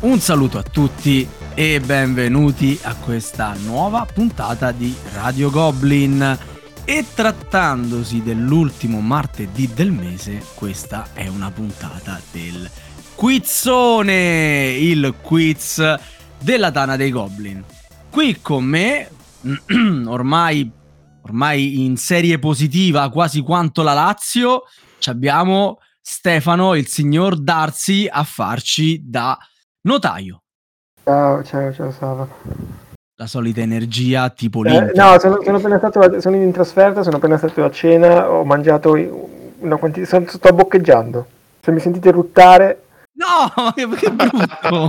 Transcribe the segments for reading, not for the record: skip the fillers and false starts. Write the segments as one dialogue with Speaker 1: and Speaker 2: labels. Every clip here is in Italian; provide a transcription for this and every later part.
Speaker 1: Un saluto a tutti e benvenuti a questa nuova puntata di Radio Goblin. E trattandosi dell'ultimo martedì del mese, questa è una puntata del Quizzone, il quiz della Tana dei Goblin. Qui con me, ormai in serie positiva quasi quanto la Lazio, abbiamo Stefano, il signor Darsi, a farci da notaio.
Speaker 2: Ciao Sava.
Speaker 1: La solita energia tipo
Speaker 2: No, sono appena stato, sono in trasferta, sono appena stato a cena, ho mangiato una quantità, sto boccheggiando. Se mi sentite ruttare...
Speaker 1: No, che brutto!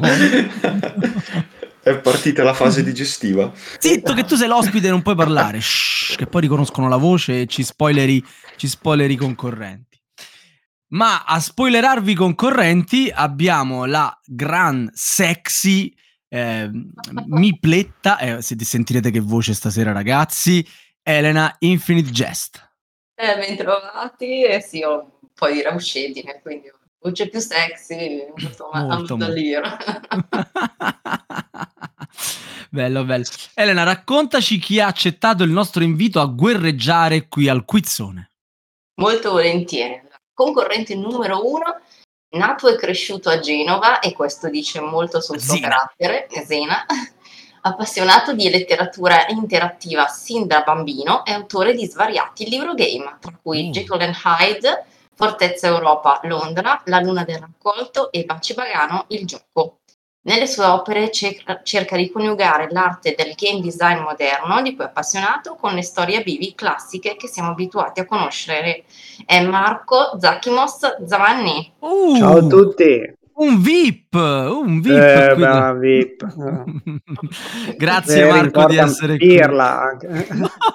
Speaker 3: È partita la fase digestiva.
Speaker 1: Zitto, che tu sei l'ospite e non puoi parlare. Shh, che poi riconoscono la voce e ci spoileri i concorrenti. Ma a spoilerarvi i concorrenti abbiamo la gran sexy mipletta, sentirete che voce stasera ragazzi, Elena Infinite Jest.
Speaker 4: Ben trovati, e sì, ho un po' di rauscedine, quindi voce più sexy, molto.
Speaker 1: Bello. Elena, raccontaci chi ha accettato il nostro invito a guerreggiare qui al Quizzone.
Speaker 4: Molto volentieri. Concorrente numero 1, nato e cresciuto a Genova, e questo dice molto sul suo carattere, Zena. Appassionato di letteratura interattiva sin da bambino, è autore di svariati librogame, tra cui Jekyll and Hyde, Fortezza Europa, Londra, La Luna del Raccolto e Baci Bagano, il gioco. Nelle sue opere cerca di coniugare l'arte del game design moderno, di cui è appassionato, con le storie vivi classiche che siamo abituati a conoscere. È Marco Zacchimos Zavanni.
Speaker 2: Ciao a tutti!
Speaker 1: Un VIP.
Speaker 2: VIP.
Speaker 1: Grazie Marco di essere qui.
Speaker 2: Anche.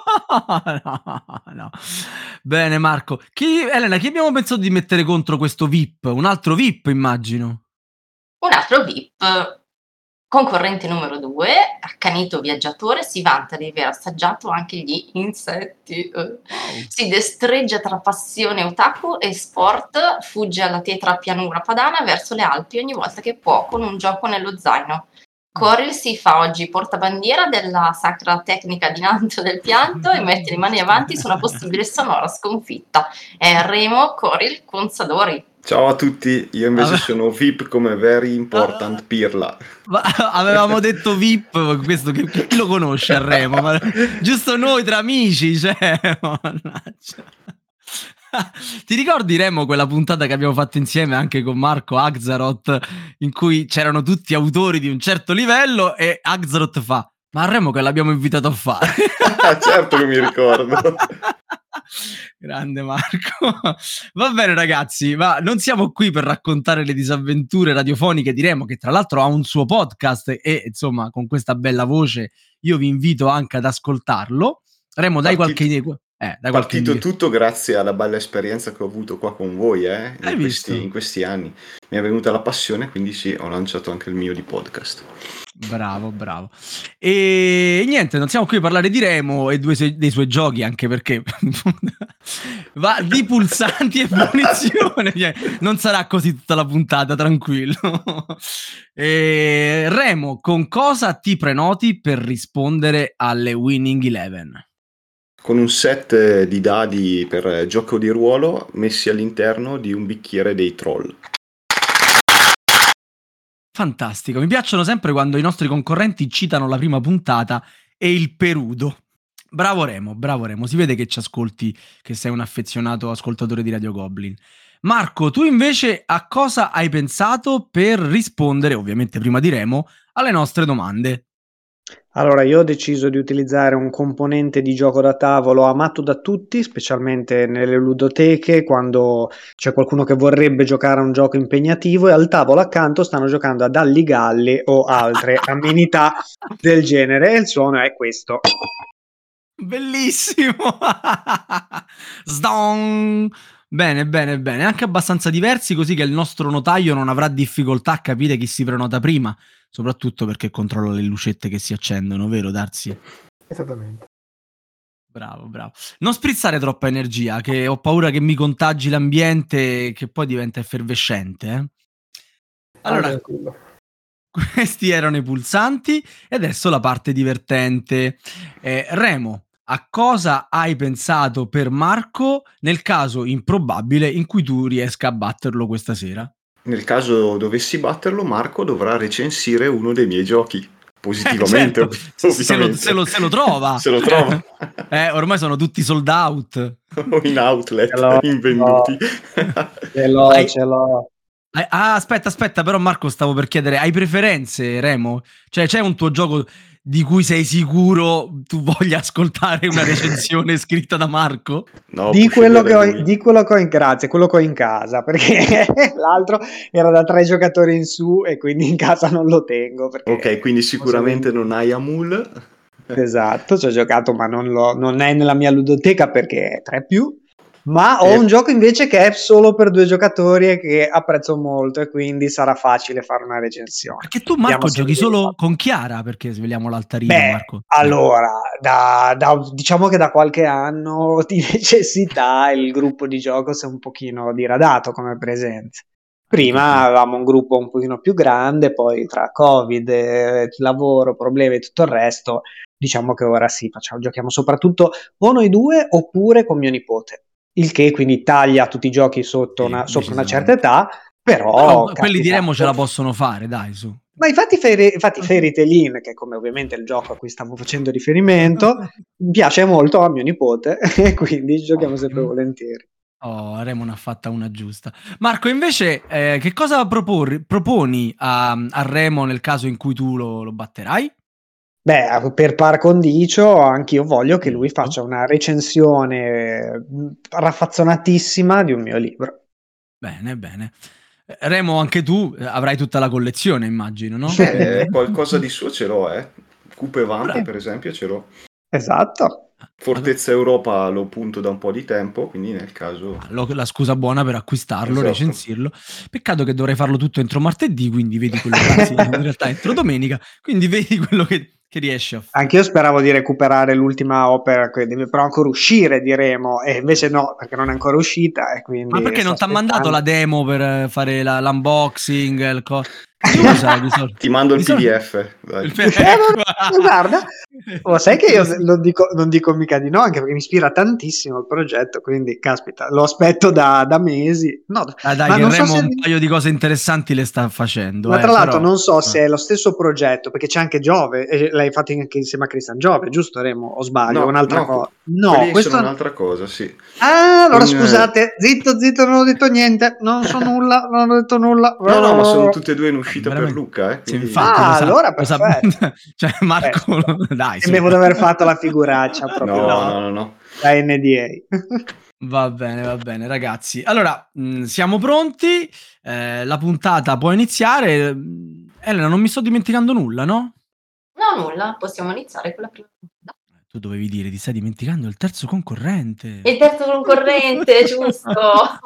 Speaker 1: No. Bene Marco. Elena, chi abbiamo pensato di mettere contro questo VIP? Un altro VIP, immagino.
Speaker 4: Un altro VIP. Concorrente numero 2, accanito viaggiatore, si vanta di aver assaggiato anche gli insetti. Si destreggia tra passione otaku e sport, fugge alla tetra pianura padana verso le Alpi ogni volta che può con un gioco nello zaino. Coril si fa oggi portabandiera della sacra tecnica di Nanto del pianto e mette le mani avanti su una possibile sonora sconfitta. È Remo Coril Consadori.
Speaker 3: Ciao a tutti, io invece sono VIP come Very Important Pirla.
Speaker 1: Avevamo detto VIP, questo chi lo conosce a Remo? Ma giusto noi tra amici, mannaggia. Ti ricordi Remo quella puntata che abbiamo fatto insieme anche con Marco Axaroth, in cui c'erano tutti autori di un certo livello e Axaroth fa: ma a Remo che l'abbiamo invitato a fare?
Speaker 3: Certo che mi ricordo.
Speaker 1: Grande Marco. Va bene ragazzi, ma non siamo qui per raccontare le disavventure radiofoniche di Remo, che tra l'altro ha un suo podcast e insomma con questa bella voce io vi invito anche ad ascoltarlo. Remo, dai qualche idea.
Speaker 3: Partito tutto grazie alla bella esperienza che ho avuto qua con voi in questi anni. Mi è venuta la passione, quindi sì, ho lanciato anche il mio di podcast.
Speaker 1: Bravo. E niente, non siamo qui a parlare di Remo e dei suoi giochi, anche perché va di pulsanti e munizione. Non sarà così tutta la puntata, tranquillo. Remo, con cosa ti prenoti per rispondere alle Winning Eleven?
Speaker 3: Con un set di dadi per gioco di ruolo messi all'interno di un bicchiere dei troll.
Speaker 1: Fantastico, mi piacciono sempre quando i nostri concorrenti citano la prima puntata e il perudo. Bravo Remo, si vede che ci ascolti, che sei un affezionato ascoltatore di Radio Goblin. Marco, tu invece a cosa hai pensato per rispondere, ovviamente prima di Remo, alle nostre domande?
Speaker 2: Allora, io ho deciso di utilizzare un componente di gioco da tavolo amato da tutti, specialmente nelle ludoteche, quando c'è qualcuno che vorrebbe giocare a un gioco impegnativo e al tavolo accanto stanno giocando a Dalligalli o altre amenità del genere, e il suono è questo.
Speaker 1: Bellissimo! Sdong! Bene, anche abbastanza diversi, così che il nostro notaio non avrà difficoltà a capire chi si prenota prima, soprattutto perché controlla le lucette che si accendono, vero Darsi?
Speaker 2: Esattamente.
Speaker 1: Bravo. Non sprizzare troppa energia, che ho paura che mi contagi l'ambiente, che poi diventa effervescente. Allora, Questi erano i pulsanti e adesso la parte divertente. Remo, a cosa hai pensato per Marco nel caso improbabile in cui tu riesca a batterlo questa sera?
Speaker 3: Nel caso dovessi batterlo, Marco dovrà recensire uno dei miei giochi. Positivamente,
Speaker 1: certo. Se lo trova.
Speaker 3: Se lo trova.
Speaker 1: Ormai sono tutti sold out.
Speaker 3: O in outlet, invenduti.
Speaker 2: Ce l'ho.
Speaker 1: Aspetta, però Marco, stavo per chiedere, hai preferenze, Remo? Cioè, c'è un tuo gioco di cui sei sicuro tu voglia ascoltare una recensione scritta da Marco?
Speaker 2: No, di quello che ho in casa, perché l'altro era da 3 giocatori in su e quindi in casa non lo tengo.
Speaker 3: Ok, quindi sicuramente non hai Amul.
Speaker 2: Esatto, ci ho giocato ma non è nella mia ludoteca perché è 3+. Ma ho un gioco invece che è solo per 2 giocatori e che apprezzo molto e quindi sarà facile fare una recensione.
Speaker 1: Perché tu, Marco, giochi solo con Chiara, perché svegliamo l'altarino, Marco.
Speaker 2: Allora, diciamo che da qualche anno di necessità il gruppo di gioco si è un pochino diradato come presenza. Prima avevamo un gruppo un pochino più grande, poi tra Covid, lavoro, problemi e tutto il resto, diciamo che ora sì, giochiamo soprattutto o noi due oppure con mio nipote. Il che quindi taglia tutti i giochi sopra una certa età, però
Speaker 1: quelli diremmo ce la possono fare, dai, su.
Speaker 2: Ma infatti Fairy Tail In, che è come ovviamente il gioco a cui stavo facendo riferimento, piace molto a mio nipote e quindi giochiamo sempre volentieri.
Speaker 1: Oh, Remo ne ha fatta una giusta. Marco, invece, che cosa proponi a Remo nel caso in cui tu lo batterai?
Speaker 2: Beh, per par condicio, anch'io voglio che lui faccia una recensione raffazzonatissima di un mio libro.
Speaker 1: Bene. Remo, anche tu avrai tutta la collezione, immagino, no?
Speaker 3: Qualcosa di suo ce l'ho, Coupe Vamp, per esempio, ce l'ho.
Speaker 2: Esatto.
Speaker 3: Fortezza Europa lo punto da un po' di tempo, quindi nel caso...
Speaker 1: La scusa buona per acquistarlo, recensirlo. Peccato che dovrei farlo tutto entro martedì, quindi vedi quello che in realtà entro domenica, quindi vedi quello che riesci a fare.
Speaker 2: Anche io speravo di recuperare l'ultima opera che deve però ancora uscire, diremo, e invece no, perché non è ancora uscita. E quindi
Speaker 1: ma perché non ti ha mandato la demo per fare l'unboxing?
Speaker 3: Ti mando il PDF.
Speaker 2: Guarda, sai che io non dico mica di no, anche perché mi ispira tantissimo il progetto, quindi caspita, lo aspetto da mesi. No,
Speaker 1: dai, ma che Remo un paio di cose interessanti le sta facendo.
Speaker 2: Ma tra l'altro non so se è lo stesso progetto, perché c'è anche Giove, e l'hai fatto anche insieme a Cristian Giove, giusto Remo? O sbaglio? Un'altra cosa?
Speaker 3: No, questo è un'altra cosa, sì.
Speaker 2: Ah, allora scusate, zitto, non ho detto niente, non ho detto nulla.
Speaker 3: No, ma sono tutte e due in uscita per Luca,
Speaker 1: quindi... infatti,
Speaker 2: allora perfetto.
Speaker 1: Cioè, Marco, dai.
Speaker 2: Temevo di aver fatto la figuraccia proprio.
Speaker 3: No.
Speaker 2: La NDA.
Speaker 1: Va bene, ragazzi. Allora, siamo pronti. La puntata può iniziare. Elena, non mi sto dimenticando nulla, no?
Speaker 4: No, nulla. Possiamo iniziare con la prima puntata.
Speaker 1: Tu dovevi dire, ti stai dimenticando il terzo concorrente.
Speaker 4: Il terzo concorrente, giusto.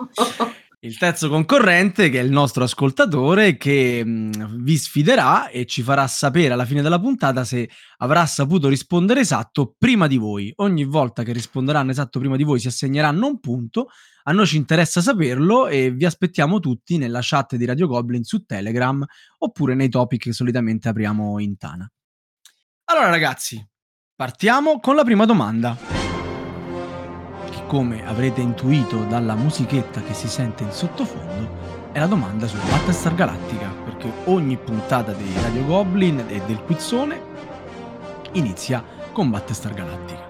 Speaker 1: Il terzo concorrente, che è il nostro ascoltatore, che vi sfiderà e ci farà sapere alla fine della puntata se avrà saputo rispondere esatto prima di voi. Ogni volta che risponderanno esatto prima di voi si assegneranno un punto. A noi ci interessa saperlo e vi aspettiamo tutti nella chat di Radio Goblin su Telegram oppure nei topic che solitamente apriamo in Tana. Allora ragazzi, partiamo con la prima domanda. Come avrete intuito dalla musichetta che si sente in sottofondo, è la domanda su Battlestar Galactica, perché ogni puntata di Radio Goblin e del Quizzone inizia con Battlestar Galactica.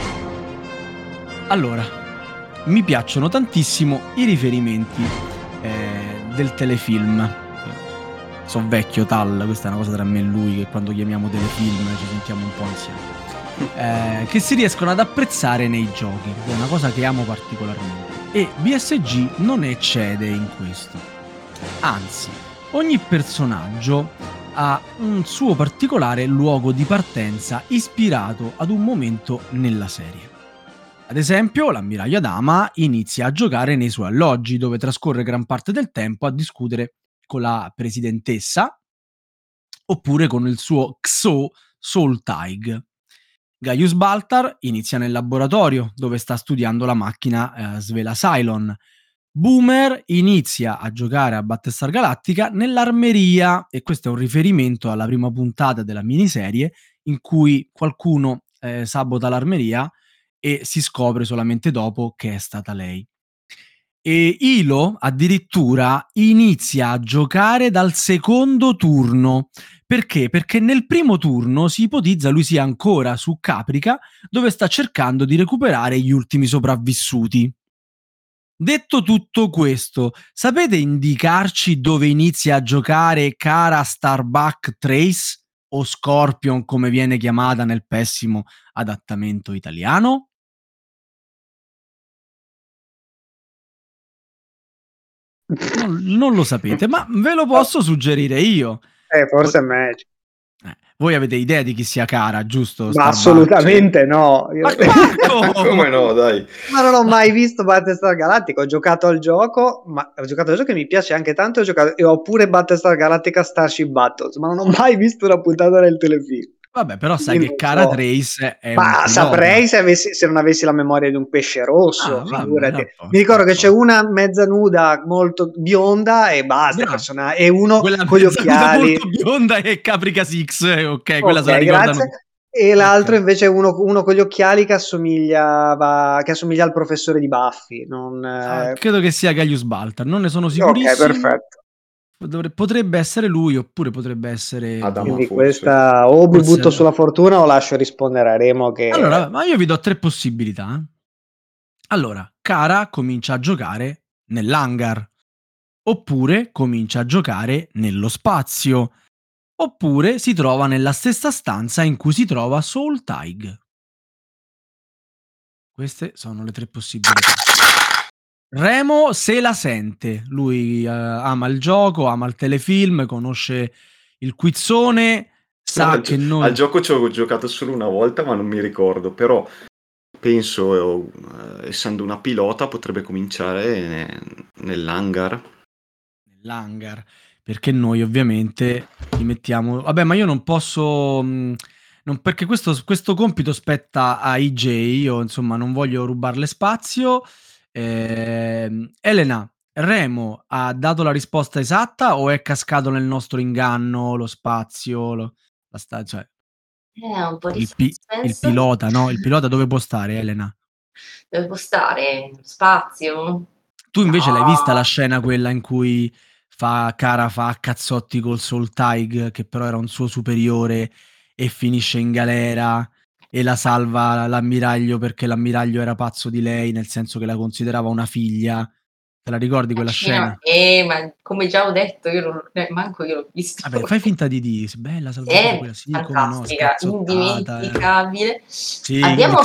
Speaker 1: Allora, mi piacciono tantissimo i riferimenti del telefilm. So vecchio tal, questa è una cosa tra me e lui, che quando chiamiamo telefilm ci sentiamo un po' insieme. Che si riescono ad apprezzare nei giochi, è una cosa che amo particolarmente, e BSG non eccede in questo. Anzi, ogni personaggio ha un suo particolare luogo di partenza ispirato ad un momento nella serie. Ad esempio, l'ammiraglio Adama inizia a giocare nei suoi alloggi, dove trascorre gran parte del tempo a discutere con la presidentessa oppure con il suo Xo Soltaig. Gaius Baltar inizia nel laboratorio, dove sta studiando la macchina Svela Cylon. Boomer inizia a giocare a Battlestar Galactica nell'armeria, e questo è un riferimento alla prima puntata della miniserie in cui qualcuno sabota l'armeria e si scopre solamente dopo che è stata lei. E Hilo addirittura inizia a giocare dal secondo turno. Perché? Perché nel primo turno si ipotizza lui sia ancora su Caprica, dove sta cercando di recuperare gli ultimi sopravvissuti. Detto tutto questo, sapete indicarci dove inizia a giocare Cara Starbuck Trace, o Scorpion come viene chiamata nel pessimo adattamento italiano? Non lo sapete, ma ve lo posso suggerire io.
Speaker 2: Forse è meglio.
Speaker 1: Voi avete idea di chi sia Cara, giusto?
Speaker 2: Ma
Speaker 1: Starbuck?
Speaker 2: assolutamente no.
Speaker 1: Ma Marco!
Speaker 3: Come no, dai.
Speaker 2: Ma non ho mai visto Battlestar Galactica. Ho giocato al gioco, che mi piace anche tanto. E ho pure Battlestar Galactica Starship Battles, ma non ho mai visto una puntata del telefilm.
Speaker 1: Vabbè, però sai che Cara Trace è
Speaker 2: ma
Speaker 1: un
Speaker 2: saprei se non avessi la memoria di un pesce rosso, figurati. Mi ricordo che c'è una mezza nuda molto bionda e basta, e uno
Speaker 1: quella
Speaker 2: con gli occhiali
Speaker 1: molto bionda è Caprica Six, ok, quella se la ricordano.
Speaker 2: Grazie. E l'altro invece è uno con gli occhiali che assomiglia al professore di Buffy.
Speaker 1: Credo che sia Gaius Baltar, non ne sono sicurissimo.
Speaker 2: Ok, perfetto.
Speaker 1: Potrebbe essere lui, oppure potrebbe essere
Speaker 3: Adamo.
Speaker 2: Quindi questa o mi butto sulla fortuna o lascio rispondere a Remo che...
Speaker 1: Allora, ma io vi do 3 possibilità. Allora, Cara comincia a giocare nell'hangar, oppure comincia a giocare nello spazio, oppure si trova nella stessa stanza in cui si trova Soul Tig. Queste sono le 3 possibilità. Remo se la sente, lui ama il gioco, ama il telefilm, conosce il quizzone, sa che noi...
Speaker 3: Al gioco ci ho giocato solo una volta, ma non mi ricordo, però penso, essendo una pilota, potrebbe cominciare nell'hangar.
Speaker 1: Nell'hangar, perché noi ovviamente li mettiamo... Vabbè, ma io non posso... perché questo compito spetta a IJ, io insomma non voglio rubarle spazio. Elena, Remo ha dato la risposta esatta o è cascato nel nostro inganno lo spazio? Cioè,
Speaker 4: un po' di
Speaker 1: il pilota, no? Il pilota dove può stare, Elena?
Speaker 4: Dove può stare? Spazio?
Speaker 1: Tu invece l'hai vista la scena quella in cui Cara fa a cazzotti col Soul Tig, che però era un suo superiore, e finisce in galera e la salva l'ammiraglio perché l'ammiraglio era pazzo di lei, nel senso che la considerava una figlia. Te la ricordi quella scena?
Speaker 4: Ma come già ho detto, manco io l'ho visto.
Speaker 1: Vabbè, fai finta di dire, bella salvata quella, sì,
Speaker 4: fantastica,
Speaker 1: come no,
Speaker 4: indimenticabile.
Speaker 1: Sì,
Speaker 4: Abbiamo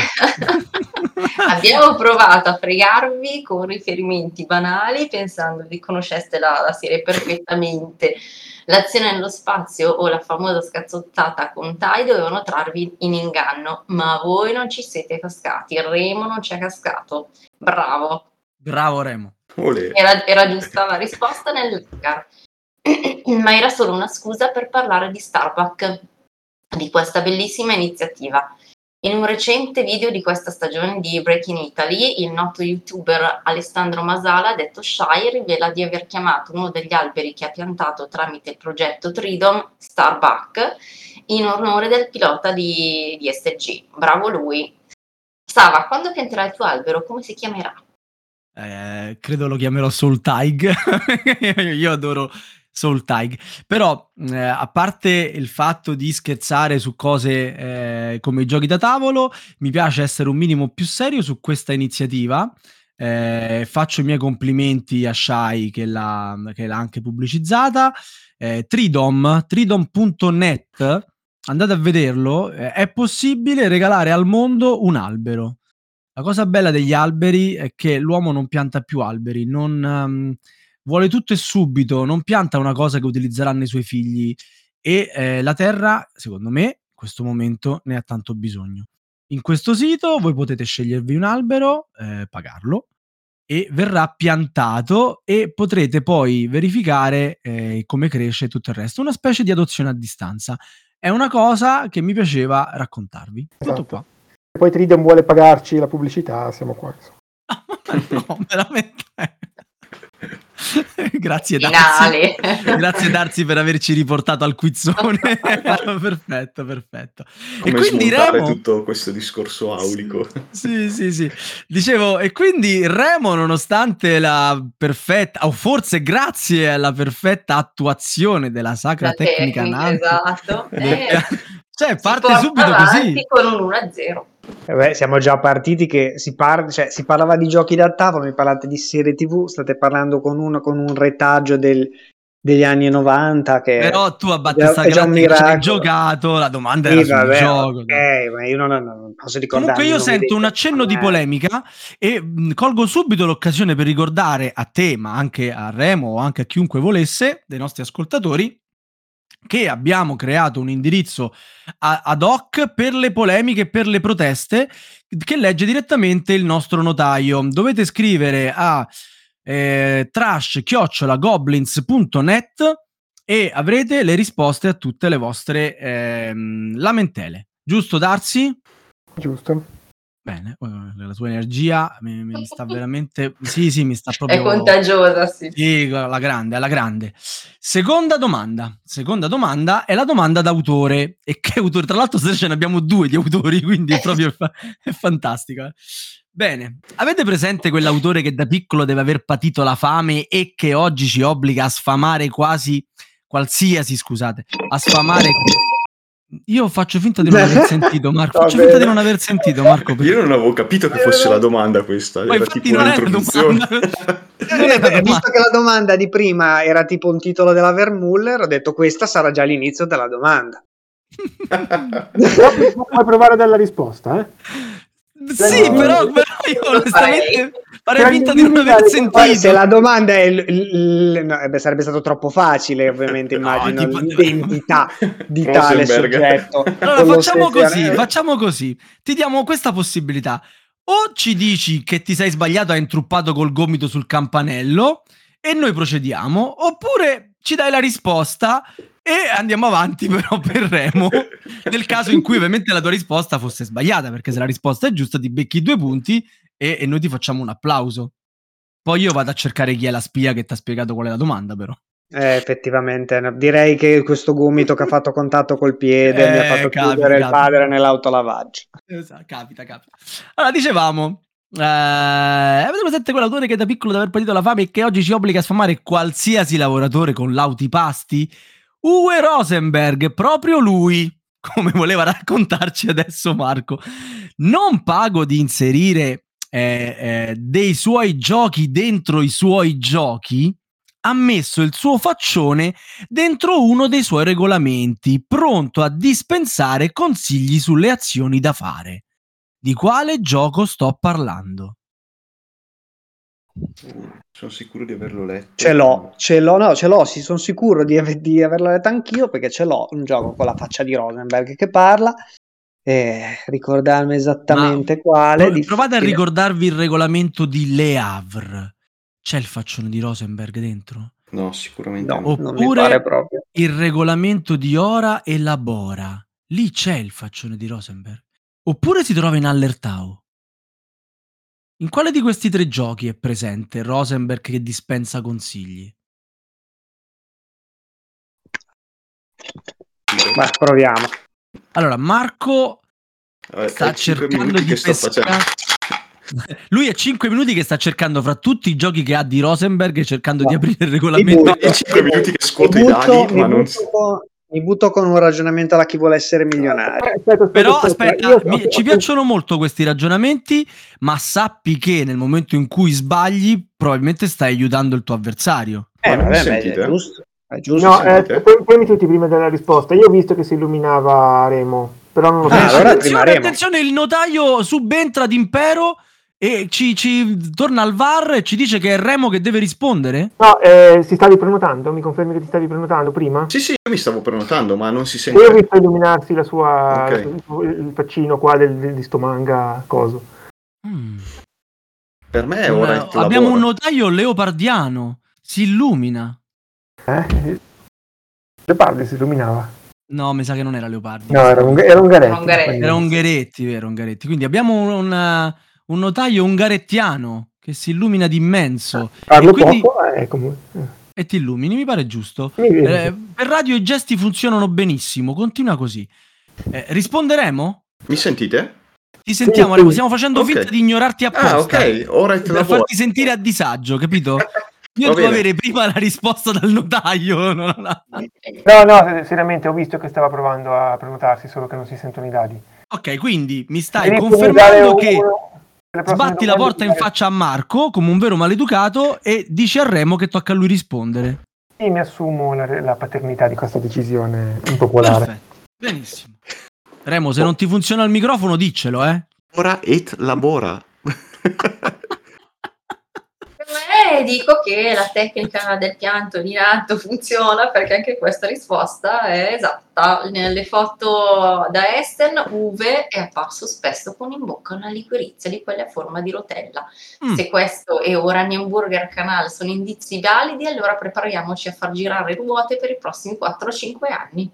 Speaker 4: provato a fregarvi con riferimenti banali pensando che conosceste la serie perfettamente. L'azione nello spazio o la famosa scazzottata con Tai dovevano trarvi in inganno, ma voi non ci siete cascati. Remo non ci è cascato. Bravo
Speaker 1: Remo.
Speaker 4: Era giusta la risposta nell'hangar. Ma era solo una scusa per parlare di Starbuck, di questa bellissima iniziativa. In un recente video di questa stagione di Breaking Italy, il noto youtuber Alessandro Masala, detto Shy, rivela di aver chiamato uno degli alberi che ha piantato tramite il progetto Tridom Starbuck, in onore del pilota di SG. Bravo lui. Sava, quando pianterai il tuo albero, come si chiamerà?
Speaker 1: Credo lo chiamerò Soul Tig. Io adoro Soul Tig, però a parte il fatto di scherzare su cose come i giochi da tavolo, mi piace essere un minimo più serio su questa iniziativa. Faccio i miei complimenti a Shai che l'ha anche pubblicizzata. Tridom.net, andate a vederlo, è possibile regalare al mondo un albero. La cosa bella degli alberi è che l'uomo non pianta più alberi, non vuole tutto e subito, non pianta una cosa che utilizzeranno i suoi figli, e la terra, secondo me, in questo momento ne ha tanto bisogno. In questo sito voi potete scegliervi un albero, pagarlo, e verrà piantato e potrete poi verificare come cresce e tutto il resto. Una specie di adozione a distanza. È una cosa che mi piaceva raccontarvi.
Speaker 5: Esatto.
Speaker 1: Tutto qua.
Speaker 5: Poi Tridom vuole pagarci la pubblicità, siamo qua.
Speaker 1: No, veramente. Grazie Darsi. Grazie Darsi per averci riportato al quizzone. Perfetto.
Speaker 3: Come
Speaker 1: e quindi Remo,
Speaker 3: tutto questo discorso aulico.
Speaker 1: Sì. Dicevo, e quindi Remo, nonostante la perfetta, o forse grazie alla perfetta attuazione della sacra tecnica Nantes,
Speaker 4: esatto,
Speaker 1: cioè parte subito così
Speaker 4: con un 1-0.
Speaker 2: Siamo già partiti che si parlava di giochi da tavolo, mi parlate di serie TV, state parlando con un retaggio degli anni 90 che
Speaker 1: però tu a Battista ci hai giocato, la domanda era sul gioco.
Speaker 2: Ok, ma io non posso ricordarmi.
Speaker 1: Comunque io sento un accenno di polemica e colgo subito l'occasione per ricordare a te, ma anche a Remo o anche a chiunque volesse, dei nostri ascoltatori, che abbiamo creato un indirizzo ad hoc per le polemiche e per le proteste che legge direttamente il nostro notaio. Dovete scrivere a trash@goblins.net e avrete le risposte a tutte le vostre lamentele. Giusto, Darsi?
Speaker 5: Giusto.
Speaker 1: Bene, la tua energia mi sta veramente... Sì, mi sta proprio...
Speaker 4: È contagiosa, sì.
Speaker 1: Sì, alla grande. Seconda domanda è la domanda d'autore. E che autore? Tra l'altro ce ne abbiamo 2 di autori, quindi è proprio è fantastico. Bene, avete presente quell'autore che da piccolo deve aver patito la fame e che oggi ci obbliga a sfamare a sfamare... Io faccio finta di non aver sentito, Marco.
Speaker 3: Io non avevo capito che fosse la domanda questa.
Speaker 1: Ma
Speaker 3: era tipo un'introduzione.
Speaker 2: Visto che la domanda di prima era tipo un titolo della Vermuller, ho detto questa sarà già l'inizio della domanda.
Speaker 5: Puoi provare dalla risposta, eh?
Speaker 1: Sì, però io onestamente farei finta di non aver sentito.
Speaker 2: Poi se la domanda è sarebbe stato troppo facile, ovviamente, immagino, l'identità di tale soggetto.
Speaker 1: Allora facciamo così. Ti diamo questa possibilità. O ci dici che ti sei sbagliato, hai intruppato col gomito sul campanello e noi procediamo, oppure ci dai la risposta e andiamo avanti però per Remo, nel caso in cui ovviamente la tua risposta fosse sbagliata, perché se la risposta è giusta ti becchi 2 punti e noi ti facciamo un applauso. Poi io vado a cercare chi è la spia che ti ha spiegato qual è la domanda, però.
Speaker 2: Effettivamente, direi che questo gomito che ha fatto contatto col piede mi ha fatto chiudere il padre nell'autolavaggio.
Speaker 1: Esatto, capita. Allora, dicevamo, avete presente quell'autore che da piccolo deve aver patito la fame e che oggi ci obbliga a sfamare qualsiasi lavoratore con l'autipasti? Uwe Rosenberg, proprio lui, come voleva raccontarci adesso Marco. Non pago di inserire dei suoi giochi dentro i suoi giochi, ha messo il suo faccione dentro uno dei suoi regolamenti, pronto a dispensare consigli sulle azioni da fare. Di quale gioco sto parlando?
Speaker 3: Sono sicuro di averlo letto.
Speaker 2: Ce l'ho, sì, sono sicuro di averlo letto anch'io, perché ce l'ho, un gioco con la faccia di Rosenberg che parla, ricordarmi esattamente quale.
Speaker 1: Provate a ricordarvi il regolamento di Le Havre. C'è il faccione di Rosenberg dentro?
Speaker 3: No, sicuramente no.
Speaker 1: Oppure
Speaker 2: non mi pare proprio.
Speaker 1: Il regolamento di Ora e Labora. Lì c'è il faccione di Rosenberg. Oppure si trova in Allertau. In quale di questi 3 giochi è presente Rosenberg che dispensa consigli?
Speaker 2: Ma proviamo.
Speaker 1: Allora, Marco sta cercando di pescare. Lui è 5 minuti che sta cercando fra tutti i giochi che ha di Rosenberg, cercando di aprire il regolamento.
Speaker 3: 5 minuti che scuote i dadi, ma non...
Speaker 2: Mi butto con un ragionamento alla chi vuole essere milionario.
Speaker 1: Però aspetta, ci piacciono molto questi ragionamenti, ma sappi che nel momento in cui sbagli probabilmente stai aiutando il tuo avversario.
Speaker 2: È giusto.
Speaker 5: No, poi tutti prima della risposta. Io ho visto che si illuminava Remo, però non lo so.
Speaker 1: Attenzione, il notaio subentra d'impero e ci torna al VAR e ci dice che è Remo che deve rispondere?
Speaker 5: No, si stavi prenotando? Mi confermi che ti stavi prenotando prima?
Speaker 3: Sì, io mi stavo prenotando, ma non si sente.
Speaker 5: Io ho visto illuminarsi la sua il faccino qua di sto manga coso.
Speaker 3: Per me è ora
Speaker 1: abbiamo un notaio leopardiano, si illumina.
Speaker 5: Leopardi si illuminava?
Speaker 1: No, mi sa che non era Leopardi.
Speaker 5: No, era Ungaretti.
Speaker 1: Era Ungaretti, vero, Ungaretti. Quindi abbiamo un notaio ungarettiano che si illumina d'immenso.
Speaker 5: Parlo
Speaker 1: e quindi...
Speaker 5: poco, comunque...
Speaker 1: E ti illumini, mi pare giusto. Per radio i gesti funzionano benissimo, continua così. Risponderemo?
Speaker 3: Mi sentite?
Speaker 1: Ti sentiamo, Remo, stiamo facendo finta di ignorarti apposta.
Speaker 3: Ok, ora
Speaker 1: per farti sentire a disagio, capito? Io devo avere prima la risposta dal notaio. No,
Speaker 5: seriamente, ho visto che stava provando a prenotarsi, solo che non si sentono i dadi.
Speaker 1: Ok, quindi mi stai confermando che sbatti la porta in faccia a Marco come un vero maleducato e dici a Remo che tocca a lui rispondere.
Speaker 5: Sì, mi assumo la paternità di questa decisione impopolare.
Speaker 1: Perfetto, benissimo. Remo, se non ti funziona il microfono, diccelo,
Speaker 3: Ora et labora.
Speaker 4: Dico che la tecnica del pianto in atto funziona, perché anche questa risposta è esatta. Nelle foto da Esten, Uwe è apparso spesso con in bocca una liquirizia di quelle a forma di rotella. Se questo e Oranienburger Canal sono indizi validi, allora prepariamoci a far girare ruote per i prossimi 4-5 anni.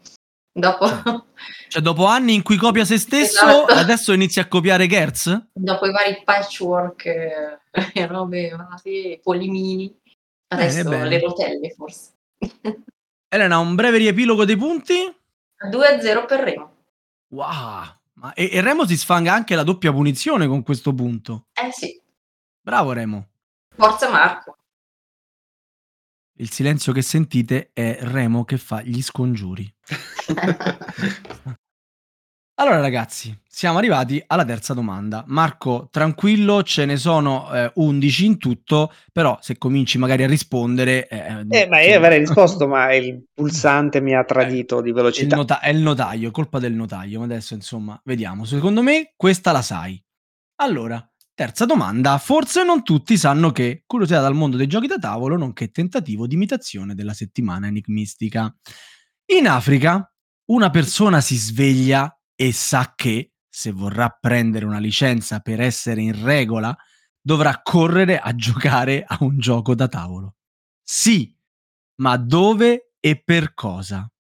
Speaker 1: Dopo anni in cui copia se stesso, esatto. Adesso inizia a copiare Gertz?
Speaker 4: Dopo i vari patchwork e robe varie, polimini, adesso le rotelle forse.
Speaker 1: Elena, un breve riepilogo dei punti?
Speaker 4: 2-0 per Remo.
Speaker 1: Wow, e Remo si sfanga anche la doppia punizione con questo punto.
Speaker 4: Sì.
Speaker 1: Bravo Remo.
Speaker 4: Forza Marco.
Speaker 1: Il silenzio che sentite è Remo che fa gli scongiuri. Allora ragazzi, siamo arrivati alla terza domanda. Marco, tranquillo, ce ne sono 11 in tutto, però se cominci magari a rispondere...
Speaker 2: ma io avrei risposto, ma il pulsante mi ha tradito di velocità.
Speaker 1: È il notaio, colpa del notaio, ma adesso insomma, vediamo. Secondo me questa la sai. Allora, terza domanda. Forse non tutti sanno che curiosità dal mondo dei giochi da tavolo, nonché tentativo di imitazione della settimana enigmistica. In Africa, una persona si sveglia e sa che, se vorrà prendere una licenza per essere in regola, dovrà correre a giocare a un gioco da tavolo. Sì, ma dove e per cosa?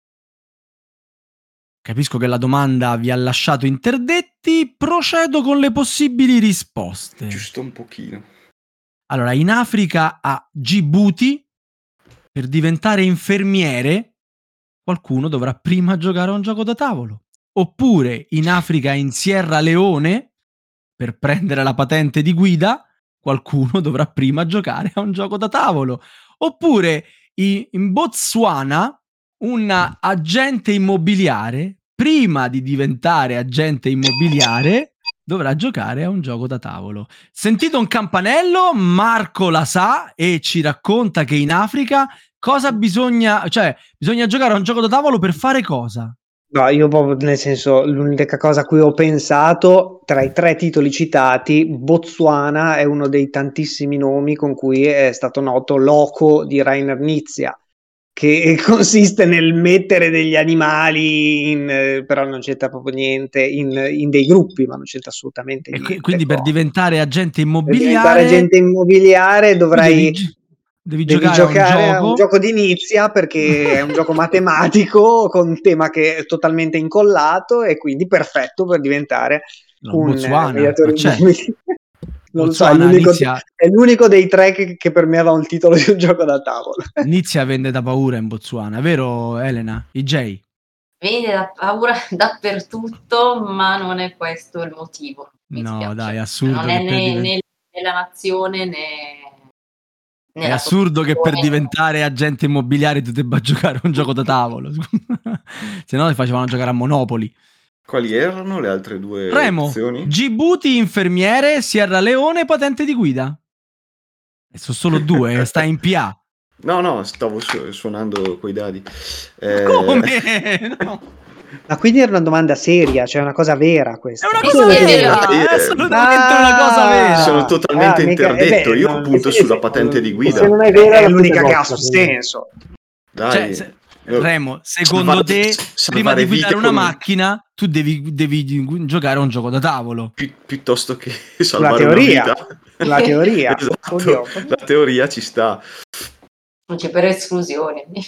Speaker 1: Capisco che la domanda vi ha lasciato interdetti, procedo con le possibili risposte.
Speaker 3: Giusto un pochino.
Speaker 1: Allora, in Africa, a Djibouti, per diventare infermiere, qualcuno dovrà prima giocare a un gioco da tavolo. Oppure, in Africa, in Sierra Leone, per prendere la patente di guida, qualcuno dovrà prima giocare a un gioco da tavolo. Oppure, in Botswana, un agente immobiliare, prima di diventare agente immobiliare, dovrà giocare a un gioco da tavolo. Sentito un campanello, Marco la sa e ci racconta che in Africa cosa bisogna giocare a un gioco da tavolo per fare cosa?
Speaker 2: No, io proprio, nel senso, l'unica cosa a cui ho pensato, tra i 3 titoli citati, Botswana è uno dei tantissimi nomi con cui è stato noto Loco di Rainer Knizia, che consiste nel mettere degli animali però non c'entra proprio niente in dei gruppi, ma non c'entra assolutamente niente.
Speaker 1: Quindi per diventare agente
Speaker 2: immobiliare devi giocare a un gioco di Knizia, perché è un gioco matematico con un tema che è totalmente incollato e quindi perfetto per diventare un mediatore immobiliare. Non lo so, è l'unico dei 3 che per me aveva un titolo di un gioco da tavolo.
Speaker 1: Knizia vende da paura in Botswana, vero Elena? IJ?
Speaker 4: Vende da paura dappertutto, ma non è questo il motivo.
Speaker 1: No, dai, assurdo.
Speaker 4: Non è né la nazione né...
Speaker 1: È assurdo che per diventare agente immobiliare tu debba giocare a un gioco da tavolo. Se no, facevano giocare a Monopoli.
Speaker 3: Quali erano le altre 2
Speaker 1: Remo,
Speaker 3: opzioni?
Speaker 1: Djibouti infermiere, Sierra Leone patente di guida. E sono solo 2, sta in PA.
Speaker 3: No, stavo suonando coi dadi.
Speaker 1: Come? No.
Speaker 2: Ma quindi era una domanda seria, cioè una cosa vera questa.
Speaker 1: È una cosa vera, è assolutamente una cosa vera.
Speaker 3: Sono totalmente interdetto, io punto sulla patente di guida.
Speaker 2: Se non è vera, è l'unica che ha senso.
Speaker 3: Dai.
Speaker 1: Remo, secondo te, prima di guidare una macchina, tu devi giocare a un gioco da tavolo.
Speaker 3: Piuttosto che salvare una vita.
Speaker 2: La teoria.
Speaker 3: Esatto. La teoria ci sta.
Speaker 4: Non c'è per esclusione.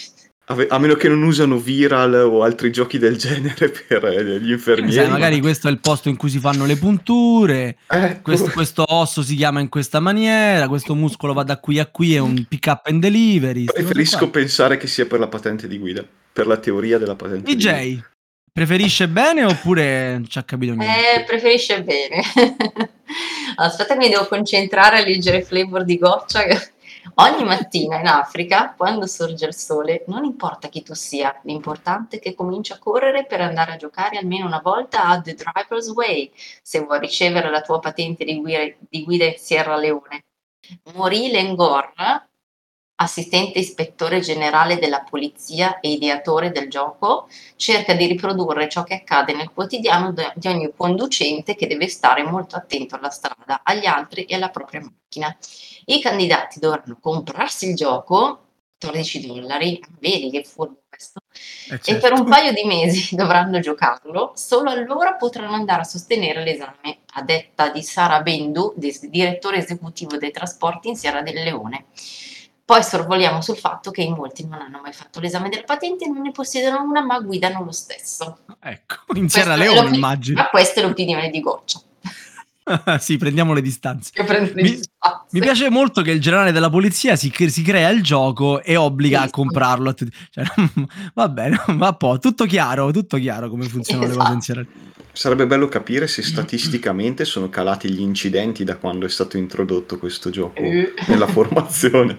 Speaker 3: A meno che non usano Viral o altri giochi del genere per gli infermieri.
Speaker 1: Magari questo è il posto in cui si fanno le punture, questo osso si chiama in questa maniera, questo muscolo va da qui a qui, è un pick up and delivery.
Speaker 3: Preferisco pensare che sia per la patente di guida, per la teoria della patente di guida.
Speaker 1: DJ, preferisce bene oppure non ci ha capito niente?
Speaker 4: Preferisce bene. Aspetta, mi devo concentrare a leggere Flavor di Goccia. Ogni mattina in Africa, quando sorge il sole, non importa chi tu sia, l'importante è che cominci a correre per andare a giocare almeno una volta a The Driver's Way, se vuoi ricevere la tua patente di guida in Sierra Leone. Maurice Lengor, assistente ispettore generale della polizia e ideatore del gioco, cerca di riprodurre ciò che accade nel quotidiano di ogni conducente che deve stare molto attento alla strada, agli altri e alla propria macchina. I candidati dovranno comprarsi il gioco, $14, vedi che furbo questo,
Speaker 1: certo.
Speaker 4: E per un paio di mesi dovranno giocarlo, solo allora potranno andare a sostenere l'esame, a detta di Sara Bendu, direttore esecutivo dei trasporti in Sierra Leone. Poi sorvoliamo sul fatto che in molti non hanno mai fatto l'esame della patente, non ne possiedono una, ma guidano lo stesso.
Speaker 1: Ecco, in Sierra Leone immagino.
Speaker 4: Ma questa è l'opinione di Goccia.
Speaker 1: Sì, prendiamo le distanze.
Speaker 4: Mi
Speaker 1: piace molto che il generale della polizia si crea il gioco e obbliga a comprarlo. Cioè, va bene, tutto chiaro come funzionano le cose in Sierra Leone.
Speaker 3: Sarebbe bello capire se statisticamente sono calati gli incidenti da quando è stato introdotto questo gioco nella formazione.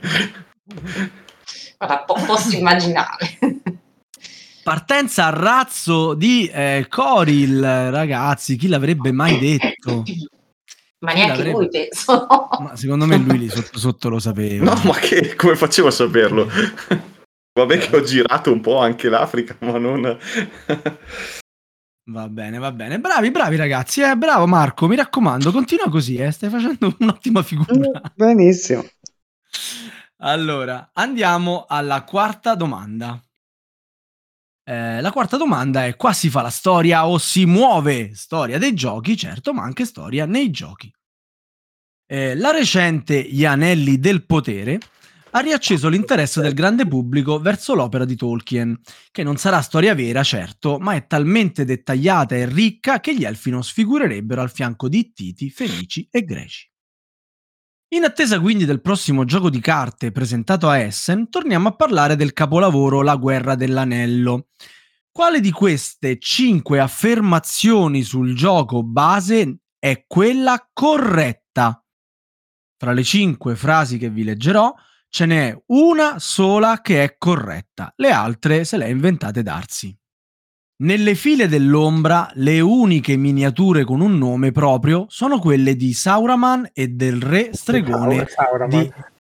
Speaker 4: Guarda, posso immaginare.
Speaker 1: Partenza a razzo di Coril, ragazzi, chi l'avrebbe mai detto?
Speaker 4: Ma neanche lui, penso.
Speaker 1: Ma secondo me lui lì sotto lo sapeva.
Speaker 3: No, ma come facevo a saperlo? Vabbè che ho girato un po' anche l'Africa, ma non...
Speaker 1: Va bene. Bravi ragazzi, bravo Marco, mi raccomando, continua così, stai facendo un'ottima figura.
Speaker 2: Benissimo.
Speaker 1: Allora, andiamo alla quarta domanda. La quarta domanda è: qua si fa la storia o si muove? Storia dei giochi, certo, ma anche storia nei giochi. La recente Gli Anelli del Potere ha riacceso l'interesse del grande pubblico verso l'opera di Tolkien, che non sarà storia vera, certo, ma è talmente dettagliata e ricca che gli elfi non sfigurerebbero al fianco di Ittiti, Fenici e Greci. In attesa quindi del prossimo gioco di carte presentato a Essen, torniamo a parlare del capolavoro La Guerra dell'Anello. Quale di queste 5 affermazioni sul gioco base è quella corretta? Tra le 5 frasi che vi leggerò, ce n'è una sola che è corretta, le altre se le ha inventate Darsi. Nelle file dell'ombra, le uniche miniature con un nome proprio sono quelle di Sauraman e del re stregone di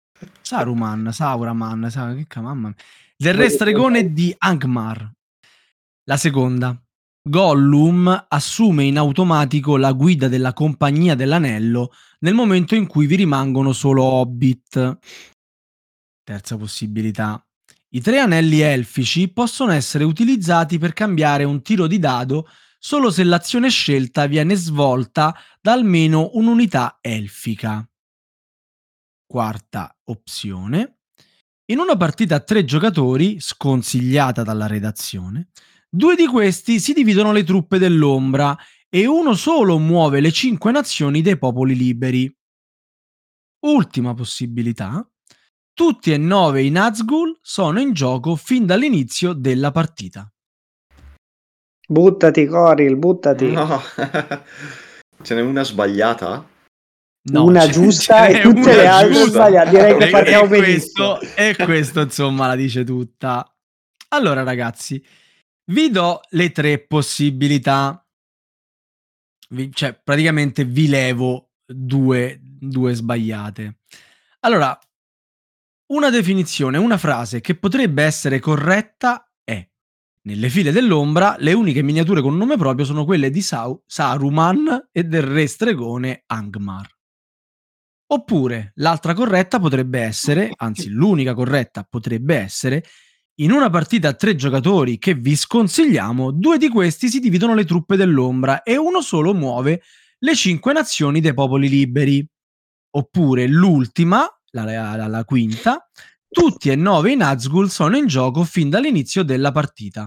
Speaker 1: del re stregone di Angmar. La seconda. Gollum assume in automatico la guida della Compagnia dell'Anello nel momento in cui vi rimangono solo hobbit. Terza possibilità. I 3 anelli elfici possono essere utilizzati per cambiare un tiro di dado solo se l'azione scelta viene svolta da almeno un'unità elfica. Quarta opzione. In una partita a 3 giocatori, sconsigliata dalla redazione, 2 di questi si dividono le truppe dell'ombra e uno solo muove le 5 nazioni dei popoli liberi. Ultima possibilità. Tutti e 9 i Nazgûl sono in gioco fin dall'inizio della partita.
Speaker 2: Buttati, Coril, buttati.
Speaker 3: No. Ce n'è una sbagliata?
Speaker 2: No, una giusta e tutte le altre sbagliate. Direi che partiamo benissimo.
Speaker 1: E questo, insomma, la dice tutta. Allora, ragazzi, vi do le 3 possibilità. Cioè, praticamente vi levo due sbagliate. Allora, una definizione, una frase che potrebbe essere corretta è: nelle file dell'ombra le uniche miniature con nome proprio sono quelle di Saruman e del re stregone Angmar. Oppure l'altra corretta potrebbe essere, anzi l'unica corretta potrebbe essere: in una partita a 3 giocatori che vi sconsigliamo, 2 di questi si dividono le truppe dell'ombra e uno solo muove le 5 nazioni dei popoli liberi. Oppure l'ultima, la quinta, Tutti e 9 i Nazgûl sono in gioco fin dall'inizio della partita.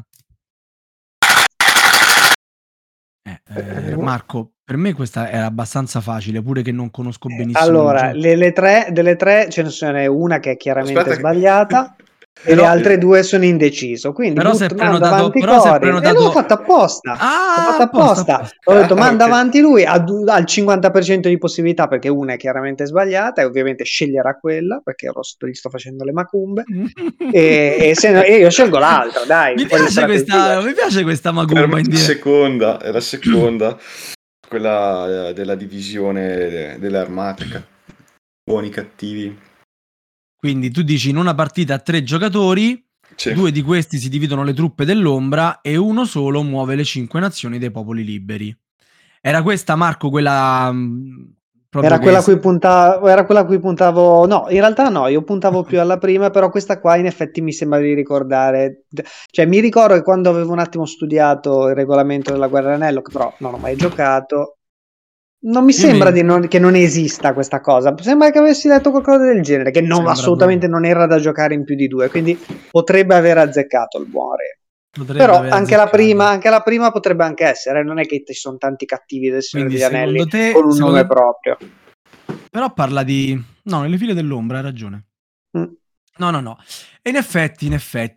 Speaker 1: Marco, per me questa era abbastanza facile, pure che non conosco benissimo
Speaker 2: Allora,
Speaker 1: il gioco.
Speaker 2: delle tre ce ne sono una che è chiaramente
Speaker 3: Aspetta che-
Speaker 2: sbagliata e le
Speaker 1: Però-
Speaker 2: altre due sono indeciso. Quindi
Speaker 1: Però se è
Speaker 2: manda
Speaker 1: prenotato-
Speaker 2: avanti
Speaker 1: però se è
Speaker 2: Corin. E
Speaker 1: prenotato-
Speaker 2: l'ho fatto apposta.
Speaker 1: Ah,
Speaker 2: L'ho fatto apposta. Ho detto manda
Speaker 3: ok.
Speaker 2: avanti lui, al 50% di possibilità perché una è chiaramente sbagliata e ovviamente sceglierà quella perché gli sto facendo le macumbe. E io scelgo l'altra, dai.
Speaker 1: Mi
Speaker 2: un po' di
Speaker 1: piace
Speaker 2: strategia.
Speaker 1: questa
Speaker 3: Per
Speaker 1: macumba
Speaker 3: me
Speaker 1: in
Speaker 3: è
Speaker 1: diretta.
Speaker 3: la seconda, quella della divisione delle armate, buoni cattivi.
Speaker 1: Quindi tu dici in una partita a 3 giocatori,
Speaker 3: Sì.
Speaker 1: 2 di questi si dividono le truppe dell'ombra e uno solo muove le 5 nazioni dei popoli liberi. Era questa, Marco, quella proprio
Speaker 2: Era quella a cui puntavo. No, in realtà no, io puntavo più alla prima, però questa qua in effetti mi sembra di ricordare. Cioè, mi ricordo che quando avevo un attimo studiato il regolamento della Guerra dell'Anello, che però non ho mai giocato, non mi
Speaker 1: Io
Speaker 2: sembra che non esista questa cosa. Sembra che avessi letto qualcosa del genere, che
Speaker 1: Sembra
Speaker 2: assolutamente non era da giocare in più di 2, quindi potrebbe aver azzeccato il buon re.
Speaker 1: potrebbe
Speaker 2: Però
Speaker 1: aver
Speaker 2: anche la
Speaker 1: azzeccato.
Speaker 2: prima potrebbe anche essere, non è che ci sono tanti cattivi del Signore
Speaker 1: Quindi
Speaker 2: degli Anelli
Speaker 1: secondo te,
Speaker 2: con un nome proprio.
Speaker 1: però parla di... No, nelle file dell'ombra, hai ragione.
Speaker 2: Mm.
Speaker 1: No. E in effetti,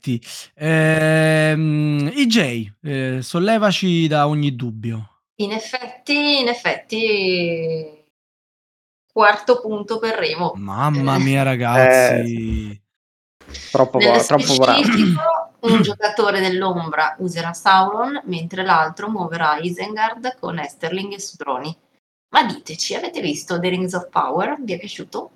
Speaker 1: IJ, sollevaci da ogni dubbio.
Speaker 4: In effetti, quarto punto per Remo.
Speaker 1: Mamma mia, ragazzi.
Speaker 2: Troppo
Speaker 4: Nello
Speaker 2: bravo.
Speaker 4: specifico, un giocatore dell'ombra userà Sauron, mentre l'altro muoverà Isengard con Esterling e Sudroni. Ma diteci, avete visto The Rings of Power? Vi è piaciuto?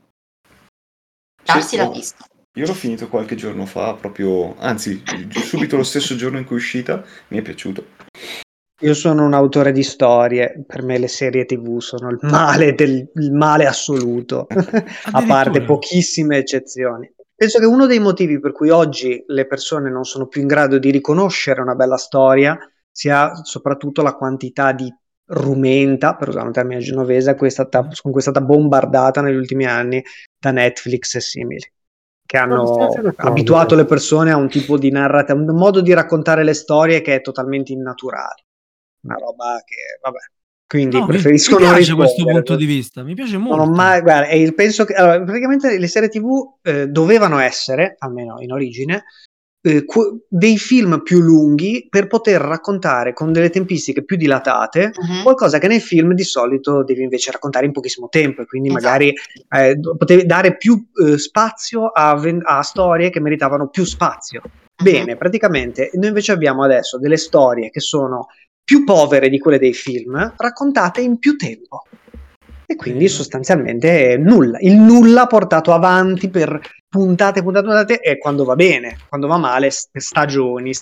Speaker 4: Darsi l'ha visto.
Speaker 3: Io l'ho finito qualche giorno fa, anzi, subito lo stesso giorno in cui è uscita, mi è piaciuto.
Speaker 2: Io sono un autore di storie, per me le serie TV sono il male assoluto, a parte pochissime eccezioni. Penso che uno dei motivi per cui oggi le persone non sono più in grado di riconoscere una bella storia sia soprattutto la quantità di rumenta, per usare un termine genovese, con cui è stata bombardata negli ultimi anni da Netflix e simili, che hanno abituato le persone a un tipo di narrativa, un modo di raccontare le storie che è totalmente innaturale. Una roba che, vabbè, quindi preferisco non rispondere.
Speaker 1: Mi piace questo punto di vista, mi piace molto.
Speaker 2: Non ho mai, guarda, e penso che allora, praticamente le serie TV dovevano essere, almeno in origine, dei film più lunghi per poter raccontare con delle tempistiche più dilatate qualcosa che nei film di solito devi invece raccontare in pochissimo tempo e quindi magari potevi dare più spazio a storie che meritavano più spazio. Bene, praticamente noi invece abbiamo adesso delle storie che sono più povere di quelle dei film, raccontate in più tempo. E quindi sostanzialmente nulla. Il nulla portato avanti per puntate, e quando va bene, quando va male, stagioni.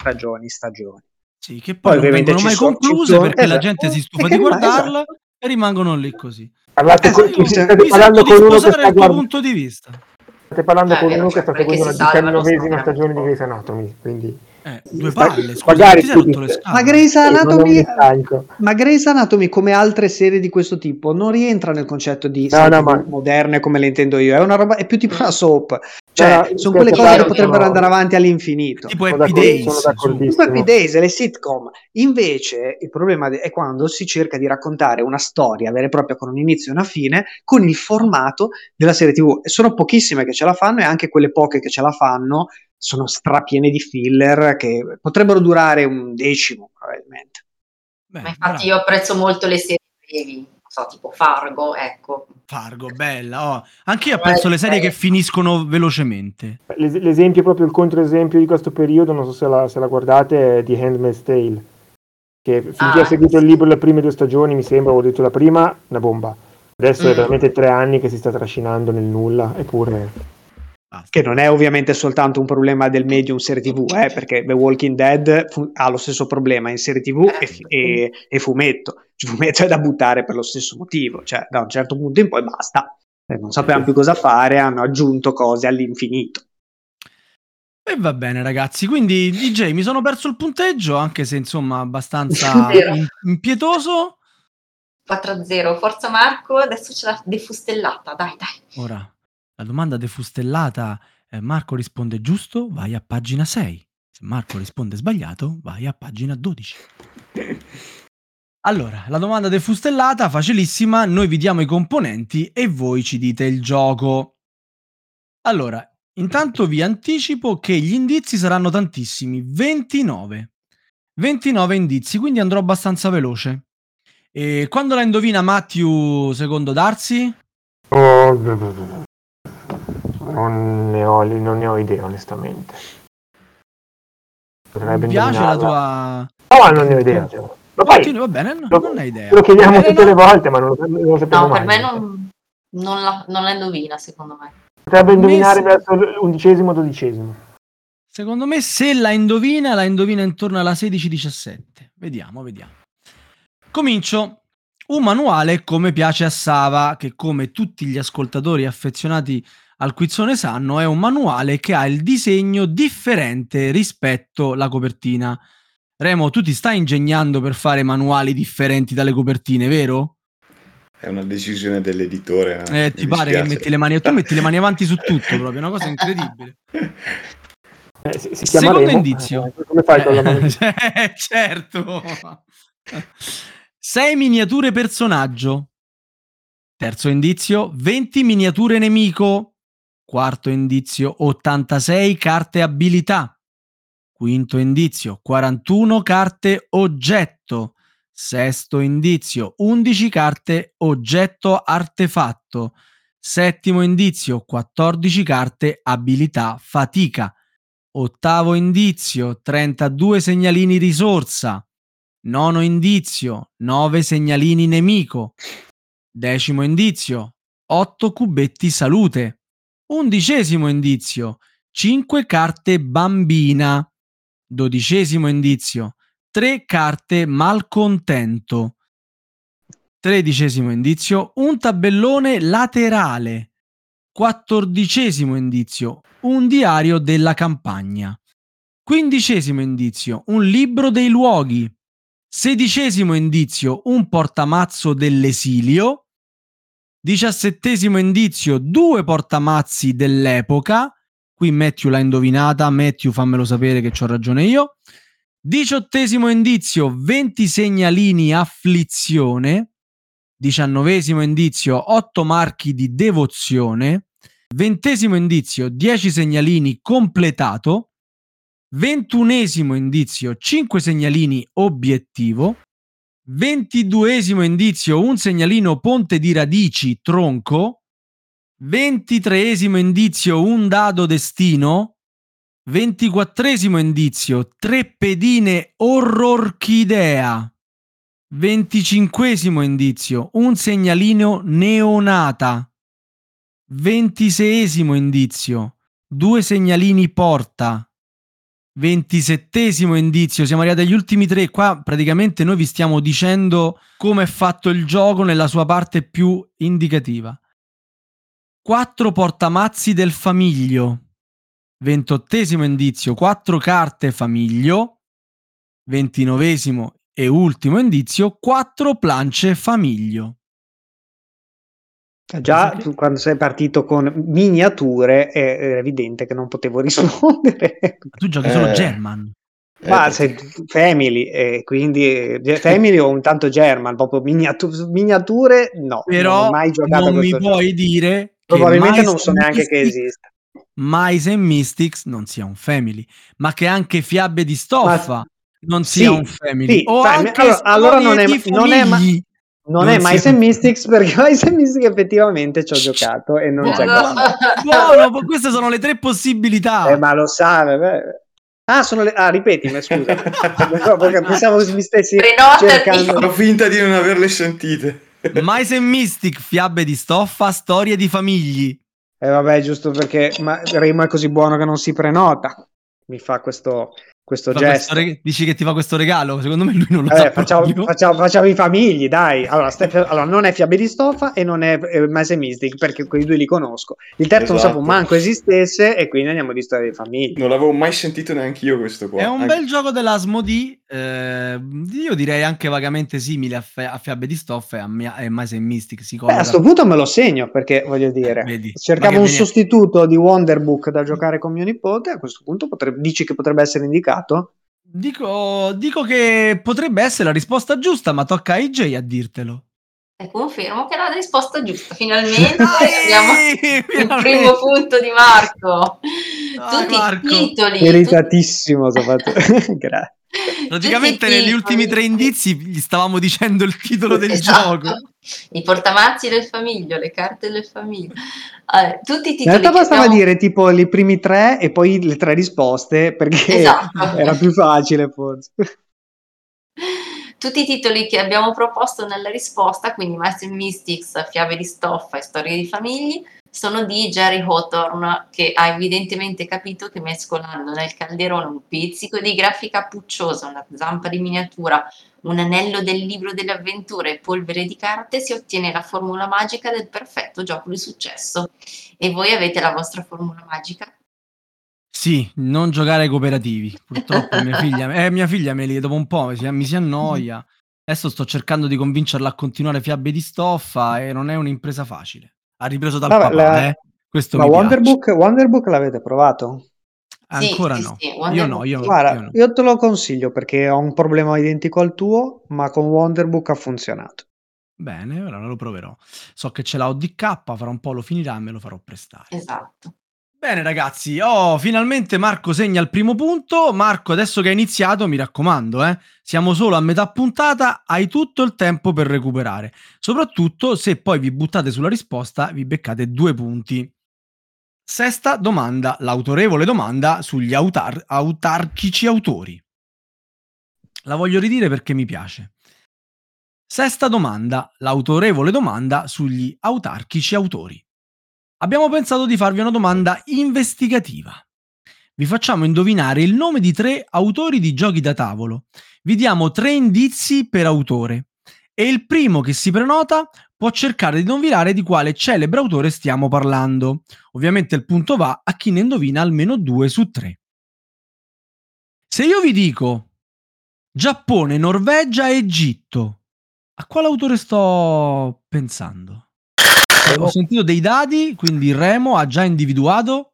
Speaker 1: Sì, che poi non vengono mai concluse perché la gente si stufa di guardarla e rimangono lì così.
Speaker 5: State parlando con uno che sta
Speaker 1: il tuo punto di vista.
Speaker 5: State parlando con uno che sta seguendo la 19ª stagione di Grey's Anatomy, quindi
Speaker 1: due palle, scusa,
Speaker 5: magari
Speaker 2: ma Grey's Anatomy come altre serie di questo tipo non rientra nel concetto di serie moderne come le intendo io, è una roba, è più tipo una soap, cioè sono quelle cose che potrebbero andare avanti all'infinito,
Speaker 1: tipo Happy Days,
Speaker 2: tipo Happy Days, le sitcom. Invece il problema è quando si cerca di raccontare una storia vera e propria con un inizio e una fine con il formato della serie TV, e sono pochissime che ce la fanno e anche quelle poche che ce la fanno sono strapiene di filler che potrebbero durare un decimo probabilmente.
Speaker 4: Ma infatti io apprezzo molto le serie brevi, tipo Fargo, ecco.
Speaker 1: Fargo, bella. Anche io apprezzo le serie che finiscono velocemente.
Speaker 5: L'esempio, proprio il controesempio di questo periodo, non so se la guardate, è The Handmaid's Tale, che finché ho seguito il libro le prime 2 stagioni, mi sembra, ho detto la prima, una bomba. Adesso è veramente 3 anni che si sta trascinando nel nulla, eppure...
Speaker 2: Che non è ovviamente soltanto un problema del medium serie TV, perché The Walking Dead ha lo stesso problema in serie TV e fumetto. Il fumetto è da buttare per lo stesso motivo, cioè da un certo punto in poi basta, non sapevano più cosa fare, hanno aggiunto cose all'infinito.
Speaker 1: E va bene ragazzi, quindi DJ mi sono perso il punteggio, anche se insomma abbastanza impietoso.
Speaker 4: 4-0, forza Marco, adesso c'è la defustellata, dai.
Speaker 1: Ora, la domanda defustellata Marco risponde giusto, vai a pagina 6. Se Marco risponde sbagliato, vai a pagina 12. Allora, la domanda defustellata, facilissima, noi vi diamo i componenti e voi ci dite il gioco. Allora, intanto vi anticipo che gli indizi saranno tantissimi, 29. 29 indizi, quindi andrò abbastanza veloce. E quando la indovina Matthew, secondo Darsi?
Speaker 5: Non ne ho idea, onestamente.
Speaker 1: Mi piace la tua...
Speaker 5: No, non ne ho idea. Lo fai?
Speaker 1: Va bene, non hai idea.
Speaker 5: Lo chiediamo tutte le volte, ma non lo sappiamo mai.
Speaker 4: No, per me non la indovina, secondo me.
Speaker 5: Potrebbe indovinare verso l'11°, 12°.
Speaker 1: Secondo me se la indovina intorno alla 16-17. Vediamo. Comincio. Un manuale come piace a Sava, che come tutti gli ascoltatori affezionati al quizzone sanno, è un manuale che ha il disegno differente rispetto alla copertina. Remo, tu ti stai ingegnando per fare manuali differenti dalle copertine, vero?
Speaker 3: È una decisione dell'editore.
Speaker 1: Ti pare che metti le mani... Tu metti le mani avanti su tutto, proprio, una cosa incredibile.
Speaker 5: Si chiama
Speaker 1: Secondo
Speaker 5: Remo.
Speaker 1: indizio.
Speaker 5: Come fai con la mano?
Speaker 1: Certo. 6 miniature personaggio. Terzo indizio, 20 miniature nemico. Quarto indizio, 86 carte abilità. Quinto indizio, 41 carte oggetto. Sesto indizio, 11 carte oggetto artefatto. Settimo indizio, 14 carte abilità fatica. Ottavo indizio, 32 segnalini risorsa. Nono indizio, 9 segnalini nemico. Decimo indizio, 8 cubetti salute. Undicesimo indizio, 5 carte bambina. Dodicesimo indizio, 3 carte malcontento. Tredicesimo indizio, un tabellone laterale. Quattordicesimo indizio, un diario della campagna. Quindicesimo indizio, un libro dei luoghi. Sedicesimo indizio, un portamazzo dell'esilio. Diciassettesimo indizio, 2 portamazzi dell'epoca. Qui Matthew l'ha indovinata. Matthew, fammelo sapere che c'ho ragione io. 18esimo indizio, 20 segnalini afflizione. 19esimo indizio, 8 marchi di devozione. 20esimo indizio, 10 segnalini completato. 21esimo indizio, 5 segnalini obiettivo. 22esimo indizio, un segnalino ponte di radici tronco. 23esimo indizio, un dado destino. 24esimo indizio, 3 pedine orrorchidea. 25esimo indizio, un segnalino neonata. 26esimo indizio, 2 segnalini porta. 27esimo indizio, siamo arrivati agli ultimi 3. Qua praticamente noi vi stiamo dicendo come è fatto il gioco nella sua parte più indicativa. 4 portamazzi del famiglio. 28esimo indizio, 4 carte famiglio. 29esimo e ultimo indizio, 4 plance famiglio.
Speaker 2: Già tu, quando sei partito con miniature è evidente che non potevo rispondere.
Speaker 1: Tu giochi solo German.
Speaker 2: Ma sei family, quindi family o un tanto German, proprio miniature no.
Speaker 1: Però
Speaker 2: non ho mai giocato
Speaker 1: non mi puoi
Speaker 2: gioco.
Speaker 1: dire
Speaker 2: Probabilmente
Speaker 1: che
Speaker 2: non so neanche che esista.
Speaker 1: Mice and Mystics non sia un family, ma che anche Fiabe di Stoffa non sia un family.
Speaker 2: Sì,
Speaker 1: o anche
Speaker 2: allora non è Mice and Mystics, perché Mice and Mystics effettivamente ci ho giocato e non c'è
Speaker 1: buono, queste sono le 3 possibilità.
Speaker 2: Ma lo sa, sono le... ripetimi, scusa. Pensavo che mi stessi cercando.
Speaker 3: Farò finta di non averle sentite.
Speaker 1: Mice and Mystic, Fiabe di Stoffa, storie di famigli.
Speaker 2: Vabbè, giusto perché Remo è così buono che non si prenota. Mi fa questo questo gesto.
Speaker 1: Dici che ti fa questo regalo? Secondo me lui non lo sa.
Speaker 2: Facciamo i famigli, dai. Allora, non è Fiabe di Stoffa e non è Mice and Mystic, perché quei due li conosco. Il terzo non sapevo manco esistesse, e quindi andiamo di storia di famiglia.
Speaker 3: Non l'avevo mai sentito neanche io questo qua.
Speaker 1: È un bel gioco dell'Asmodee, io direi anche vagamente simile a Fiabe di Stoffa e a Mice and Mystic.
Speaker 2: A sto punto me lo segno, perché voglio dire,
Speaker 1: vedi,
Speaker 2: cercavo un sostituto di Wonderbook da giocare con mio nipote. A questo punto dici che potrebbe essere indicato?
Speaker 1: Dico che potrebbe essere la risposta giusta, ma tocca a AJ a dirtelo.
Speaker 4: E confermo che è la risposta giusta. Finalmente abbiamo il primo punto di Marco. Tutti i titoli.
Speaker 2: Meritatissimo. Grazie.
Speaker 1: Praticamente negli ultimi 3 indizi gli stavamo dicendo il titolo del gioco.
Speaker 4: I portamazzi del famiglio, le carte del famiglio. Tutti i titoli.
Speaker 2: In realtà bastava dire tipo i primi 3 e poi le 3 risposte, perché era più facile forse.
Speaker 4: Tutti i titoli che abbiamo proposto nella risposta, quindi Mice and Mystics, Fiabe di Stoffa e Storie di famiglie, sono di Jerry Hawthorne, che ha evidentemente capito che mescolando nel calderone un pizzico di grafica pucciosa, una zampa di miniatura, un anello del libro delle avventure e polvere di carte si ottiene la formula magica del perfetto gioco di successo. E voi avete la vostra formula magica?
Speaker 1: Sì, non giocare ai cooperativi. Purtroppo mia figlia dopo un po' mi si annoia. Adesso sto cercando di convincerla a continuare Fiabe di Stoffa e non è un'impresa facile. Ha ripreso dal papà, questo
Speaker 2: ma
Speaker 1: mi
Speaker 2: Wonderbook l'avete provato?
Speaker 1: Ancora
Speaker 4: sì,
Speaker 1: no.
Speaker 4: Sì,
Speaker 2: io te lo consiglio perché ho un problema identico al tuo, ma con Wonderbook ha funzionato.
Speaker 1: Bene, ora lo proverò. So che ce l'ha ODK, fra un po' lo finirà e me lo farò prestare.
Speaker 4: Esatto.
Speaker 1: Bene ragazzi, finalmente Marco segna il primo punto. Marco, adesso che hai iniziato, mi raccomando, siamo solo a metà puntata, hai tutto il tempo per recuperare. Soprattutto se poi vi buttate sulla risposta, vi beccate 2 punti. Sesta domanda, l'autorevole domanda sugli autarchici autori. La voglio ridire perché mi piace. Sesta domanda, l'autorevole domanda sugli autarchici autori. Abbiamo pensato di farvi una domanda investigativa. Vi facciamo indovinare il nome di 3 autori di giochi da tavolo. Vi diamo 3 indizi per autore e il primo che si prenota può cercare di indovinare di quale celebre autore stiamo parlando. Ovviamente il punto va a chi ne indovina almeno 2 su 3. Se io vi dico Giappone, Norvegia e Egitto, a quale autore sto pensando? Ho sentito dei dadi, quindi Remo ha già individuato.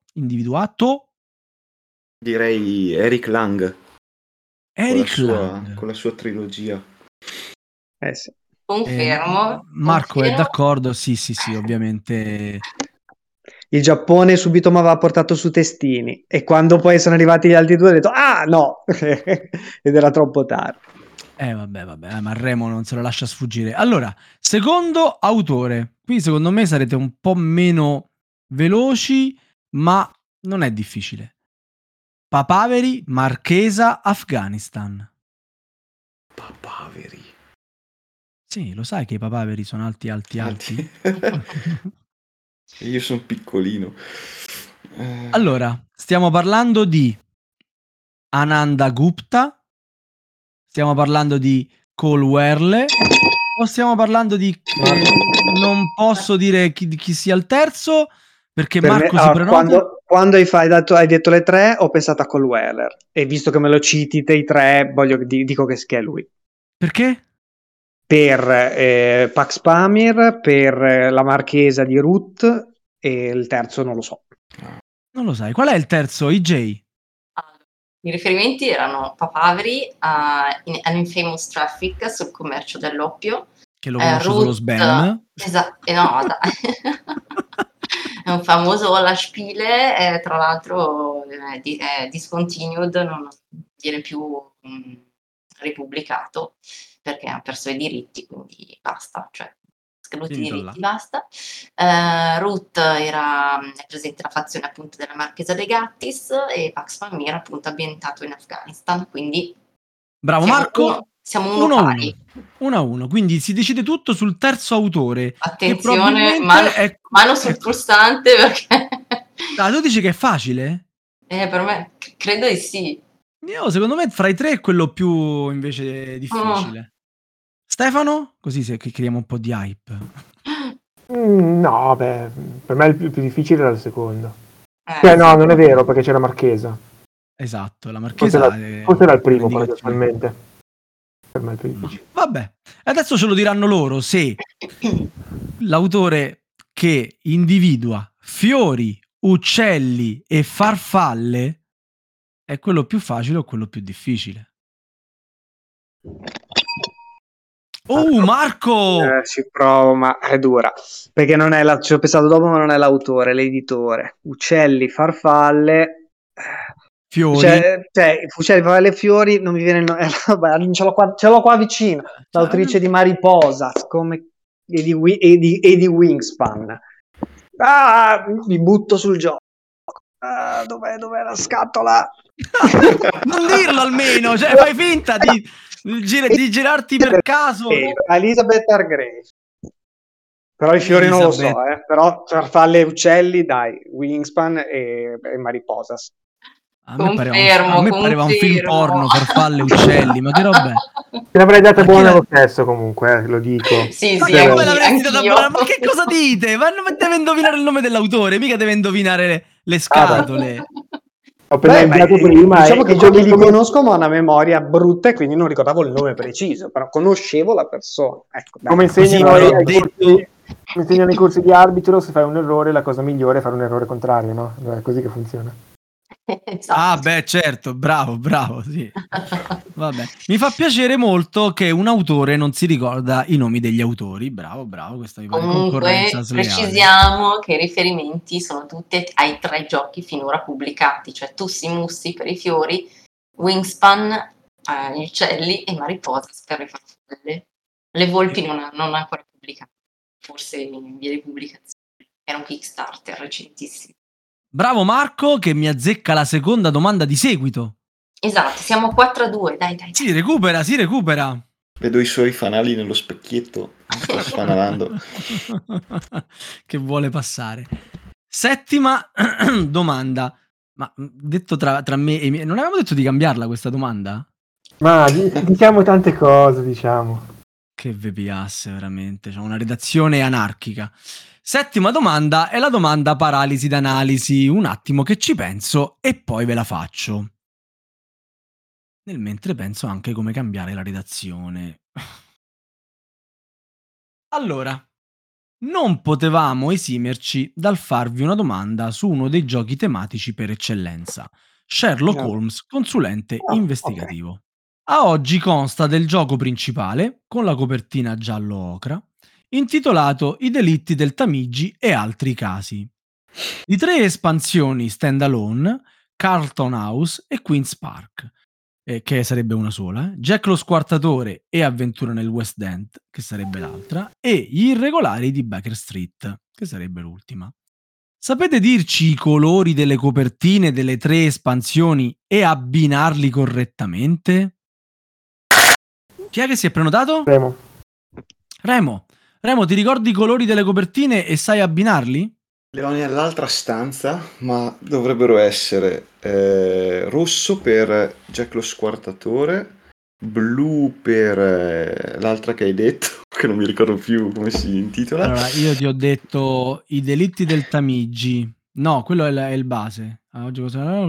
Speaker 3: Direi Eric Lang.
Speaker 1: Lang.
Speaker 3: Con la sua trilogia.
Speaker 2: Sì.
Speaker 4: Confermo.
Speaker 1: Marco è d'accordo? Sì, ovviamente.
Speaker 2: Il Giappone subito mi aveva portato su testini e quando poi sono arrivati gli altri 2 ho detto no! Ed era troppo tardi.
Speaker 1: Vabbè, ma Remo non se lo lascia sfuggire. Allora, secondo autore. Qui secondo me sarete un po' meno veloci, ma non è difficile. Papaveri, Marchesa, Afghanistan.
Speaker 3: Papaveri.
Speaker 1: Sì, lo sai che i papaveri sono alti.
Speaker 3: Io sono piccolino.
Speaker 1: Allora, stiamo parlando di Ananda Gupta, stiamo parlando di Cole Wehrle, o stiamo parlando di non posso dire chi sia il terzo perché per Marco si prenota.
Speaker 2: Quando hai detto le 3 ho pensato a Cole Wehrle e visto che me lo citi te i 3 dico che è lui.
Speaker 1: Perché?
Speaker 2: Per Pax Pamir, per la Marchesa di Ruth e il terzo non lo so.
Speaker 1: Non lo sai. Qual è il terzo, EJ?
Speaker 4: I riferimenti erano Papaveri, An Infamous Traffic sul commercio dell'oppio.
Speaker 1: Che lo conosce solo Sven.
Speaker 4: Esatto, no, dai. È un famoso Hollaspiele, tra l'altro è discontinued, non viene più ripubblicato perché ha perso i diritti, quindi basta, cioè scaduti i diritti, basta. Ruth era presente la fazione appunto della Marchesa de Gattis e Pax Pamir appunto ambientato in Afghanistan, quindi
Speaker 1: bravo Marco,
Speaker 4: siamo
Speaker 1: 1-1, quindi si decide tutto sul terzo autore.
Speaker 4: Attenzione, mano sul pulsante perché
Speaker 1: tu dici che è facile?
Speaker 4: Per me credo di sì.
Speaker 1: Secondo me fra i tre è quello più invece difficile. Stefano? Così se creiamo un po' di hype.
Speaker 5: No, beh, per me il più difficile era il secondo. No, non è vero, perché c'è la Marchesa.
Speaker 1: Esatto, la Marchesa
Speaker 5: forse era il primo, paradossalmente. Per me è il più difficile.
Speaker 1: Vabbè, adesso ce lo diranno loro se l'autore che individua fiori, uccelli e farfalle è quello più facile o quello più difficile. Marco!
Speaker 2: Ci provo, ma è dura. Perché non è ci ho pensato dopo, ma non è l'autore, è l'editore. Uccelli, farfalle...
Speaker 1: Fiori.
Speaker 2: Uccelli, farfalle e fiori, non mi viene ce l'ho qua vicino. L'autrice di Mariposa, come di Wingspan. Mi butto sul gioco. Dov'è la scatola?
Speaker 1: Non dirlo almeno, cioè fai finta di girarti per caso.
Speaker 2: Elizabeth Hargrave. Però i fiori non lo so, però farfalle e uccelli, dai, Wingspan e Mariposas.
Speaker 1: A me pareva un film porno, farfalle, uccelli, ma che roba è?
Speaker 5: Te l'avrei data buona lo stesso comunque, lo dico.
Speaker 4: Sì,
Speaker 1: ma come l'avresti data buona? Ma che cosa dite? Ma deve indovinare il nome dell'autore, mica deve indovinare le scatole.
Speaker 5: Ho penalizzato prima.
Speaker 2: Diciamo che i giochi li conosco, ma ho una memoria brutta e quindi non ricordavo il nome preciso, però conoscevo la persona. Ecco,
Speaker 5: come insegnano i corsi di arbitro, se fai un errore la cosa migliore è fare un errore contrario, no? È così che funziona.
Speaker 1: Esatto. Beh, certo, bravo, sì. Vabbè. Mi fa piacere molto che un autore non si ricorda i nomi degli autori. Bravo, questa mi pare concorrenza sleale.
Speaker 4: Precisiamo che i riferimenti sono tutti ai 3 giochi finora pubblicati, cioè Tussi Mussi per i fiori, Wingspan, gli uccelli e Mariposas per le farfalle. Le volpi non ancora pubblicato, forse in via di pubblicazione. Era un Kickstarter recentissimo.
Speaker 1: Bravo Marco che mi azzecca la seconda domanda di seguito.
Speaker 4: Esatto, siamo 4-2, dai.
Speaker 1: Si recupera.
Speaker 3: Vedo i suoi fanali nello specchietto, sta sfanalando.
Speaker 1: Che vuole passare. Settima domanda. Ma detto tra me e me, non avevamo detto di cambiarla questa domanda?
Speaker 5: Ma diciamo tante cose, diciamo.
Speaker 1: Che vi piace veramente, c'è una redazione anarchica. Settima domanda è la domanda paralisi d'analisi. Un attimo che ci penso e poi ve la faccio. Nel mentre penso anche come cambiare la redazione. Allora, non potevamo esimerci dal farvi una domanda su uno dei giochi tematici per eccellenza, Sherlock Holmes, consulente investigativo. Okay. A oggi consta del gioco principale, con la copertina giallo-ocra, intitolato I delitti del Tamigi e altri casi. Di 3 espansioni stand-alone, Carlton House e Queen's Park, che sarebbe una sola, Jack lo Squartatore e Avventura nel West End, che sarebbe l'altra, e Gli Irregolari di Baker Street, che sarebbe l'ultima. Sapete dirci i colori delle copertine delle 3 espansioni e abbinarli correttamente? Chi è che si è prenotato? Remo, ti ricordi i colori delle copertine e sai abbinarli?
Speaker 3: Le ho nell'altra stanza, ma dovrebbero essere rosso per Jack lo Squartatore, blu per l'altra che hai detto, che non mi ricordo più come si intitola.
Speaker 1: Allora, io ti ho detto I delitti del Tamigi. No, quello è il base. Oggi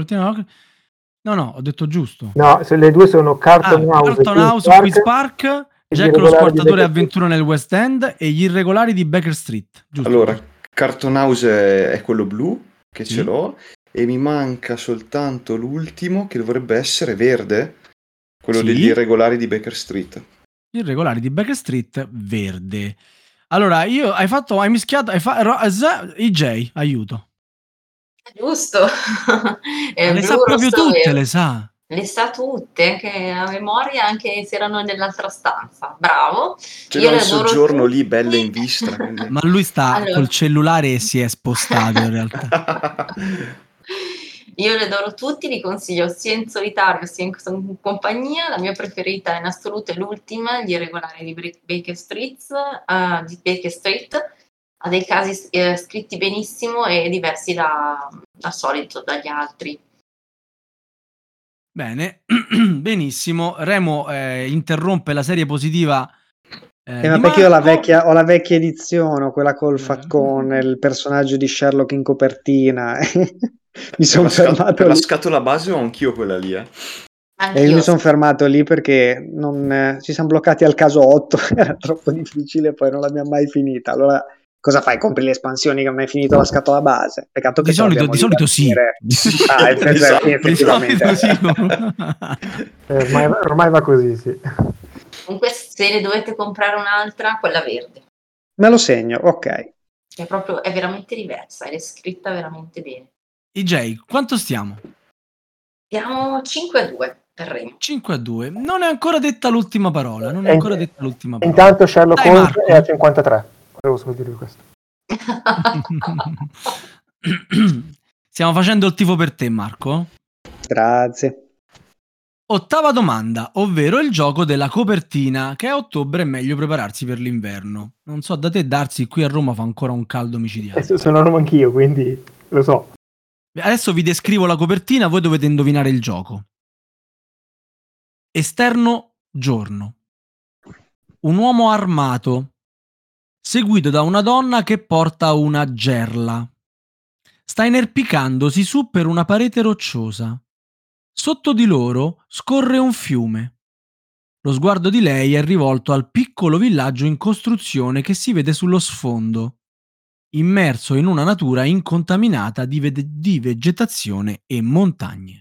Speaker 1: No, ho detto giusto.
Speaker 5: No, se le due sono Carlton
Speaker 1: House, Queen's Park, Jack lo Squartatore e Avventura nel West End e Gli Irregolari di Baker Street. Giusto?
Speaker 3: Allora, Carlton House è quello blu, che ce l'ho, e mi manca soltanto l'ultimo, che dovrebbe essere verde, quello degli Irregolari di Baker Street.
Speaker 1: Gli Irregolari di Baker Street, verde. Allora, hai mischiato, IJ, aiuto.
Speaker 4: Giusto.
Speaker 1: Le sa proprio tutte, le sa.
Speaker 4: Le sa tutte, anche a memoria, anche se erano nell'altra stanza. Bravo.
Speaker 3: C'è un soggiorno lì, belle in vista. Quindi...
Speaker 1: Ma lui sta col cellulare e si è spostato in realtà.
Speaker 4: Io le adoro tutti, li consiglio sia in solitario sia in compagnia. La mia preferita in assoluto è l'ultima, Gli Irregolari di Baker Street. Ha dei casi scritti benissimo e diversi da solito dagli altri.
Speaker 1: Bene, benissimo. Remo interrompe la serie positiva.
Speaker 2: Ma perché io ho la vecchia edizione, quella con il personaggio di Sherlock in copertina. Mi sono fermato
Speaker 3: per
Speaker 2: lì.
Speaker 3: la scatola base ho anch'io quella lì.
Speaker 2: E io mi sono fermato lì perché ci siamo bloccati al caso 8, era troppo difficile, poi non l'abbiamo mai finita. Allora, cosa fai? Compri le espansioni che non hai finito la scatola base? Peccato che
Speaker 1: Di solito sì.
Speaker 2: Effettivamente.
Speaker 1: Sì.
Speaker 5: Ormai va così, sì.
Speaker 4: Comunque, se ne dovete comprare un'altra, quella verde.
Speaker 2: Me lo segno, ok.
Speaker 4: È veramente diversa ed è scritta veramente bene.
Speaker 1: IJ, quanto stiamo?
Speaker 4: Siamo 5-2 per Remo.
Speaker 1: 5-2. Non è ancora detta l'ultima parola.
Speaker 5: Intanto Sherlock Holmes è a 53. Volevo solo dirvi questo.
Speaker 1: Stiamo facendo il tifo per te, Marco.
Speaker 2: Grazie.
Speaker 1: Ottava domanda, ovvero il gioco della copertina, che a ottobre è meglio prepararsi per l'inverno. Non so da te, Darsi, qui a Roma fa ancora un caldo micidiale.
Speaker 5: Sono a Roma anch'io, quindi lo so.
Speaker 1: Adesso vi descrivo la copertina, voi dovete indovinare il gioco. Esterno, giorno. Un uomo armato, seguito da una donna che porta una gerla. Sta inerpicandosi su per una parete rocciosa. Sotto di loro scorre un fiume. Lo sguardo di lei è rivolto al piccolo villaggio in costruzione che si vede sullo sfondo, immerso in una natura incontaminata di vegetazione e montagne.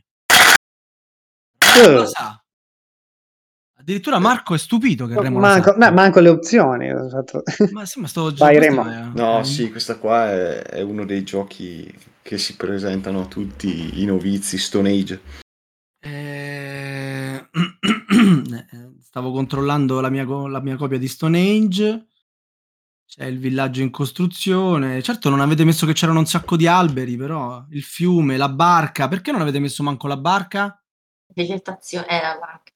Speaker 1: Lo sa. Addirittura Marco è stupito che Remo
Speaker 2: manco le opzioni.
Speaker 1: Ma sì, ma sto
Speaker 2: Vai, Remo.
Speaker 3: No, sì, questa qua è uno dei giochi che si presentano a tutti i novizi Stone Age.
Speaker 1: Stavo controllando la mia copia di Stone Age. C'è il villaggio in costruzione. Certo non avete messo che c'erano un sacco di alberi, però il fiume, la barca. Perché non avete messo manco la barca?
Speaker 4: Vegetazione è la barca.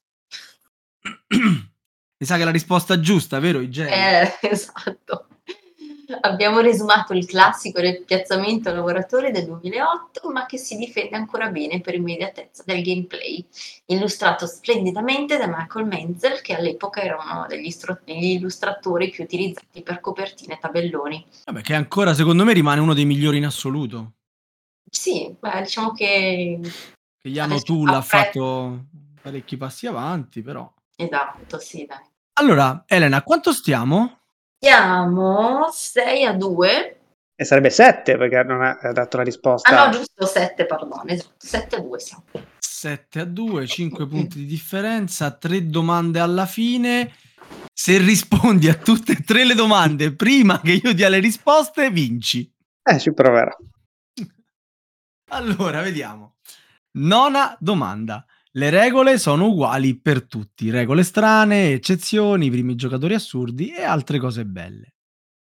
Speaker 1: Mi sa che è la risposta giusta, vero IJ?
Speaker 4: Esatto. Abbiamo riesumato il classico del piazzamento lavoratori del 2008, ma che si difende ancora bene per immediatezza del gameplay, illustrato splendidamente da Michael Menzel, che all'epoca era uno degli illustratori più utilizzati per copertine e tabelloni.
Speaker 1: Vabbè, che ancora secondo me rimane uno dei migliori in assoluto.
Speaker 4: Sì, diciamo che
Speaker 1: Yano Tool ha fatto parecchi passi avanti, però.
Speaker 4: Esatto, sì, dai.
Speaker 1: Allora, Elena, quanto stiamo?
Speaker 4: Siamo 6-2.
Speaker 2: E sarebbe 7 perché non ha dato la risposta.
Speaker 4: Ah no, giusto, 7, perdono, esatto, 7-2 siamo.
Speaker 1: 7-2, 5 punti di differenza, 3 domande alla fine. Se rispondi a tutte e 3 le domande prima che io dia le risposte, vinci.
Speaker 2: Ci proverò.
Speaker 1: Allora, vediamo. Nona domanda. Le regole sono uguali per tutti. Regole strane, eccezioni, primi giocatori assurdi e altre cose belle.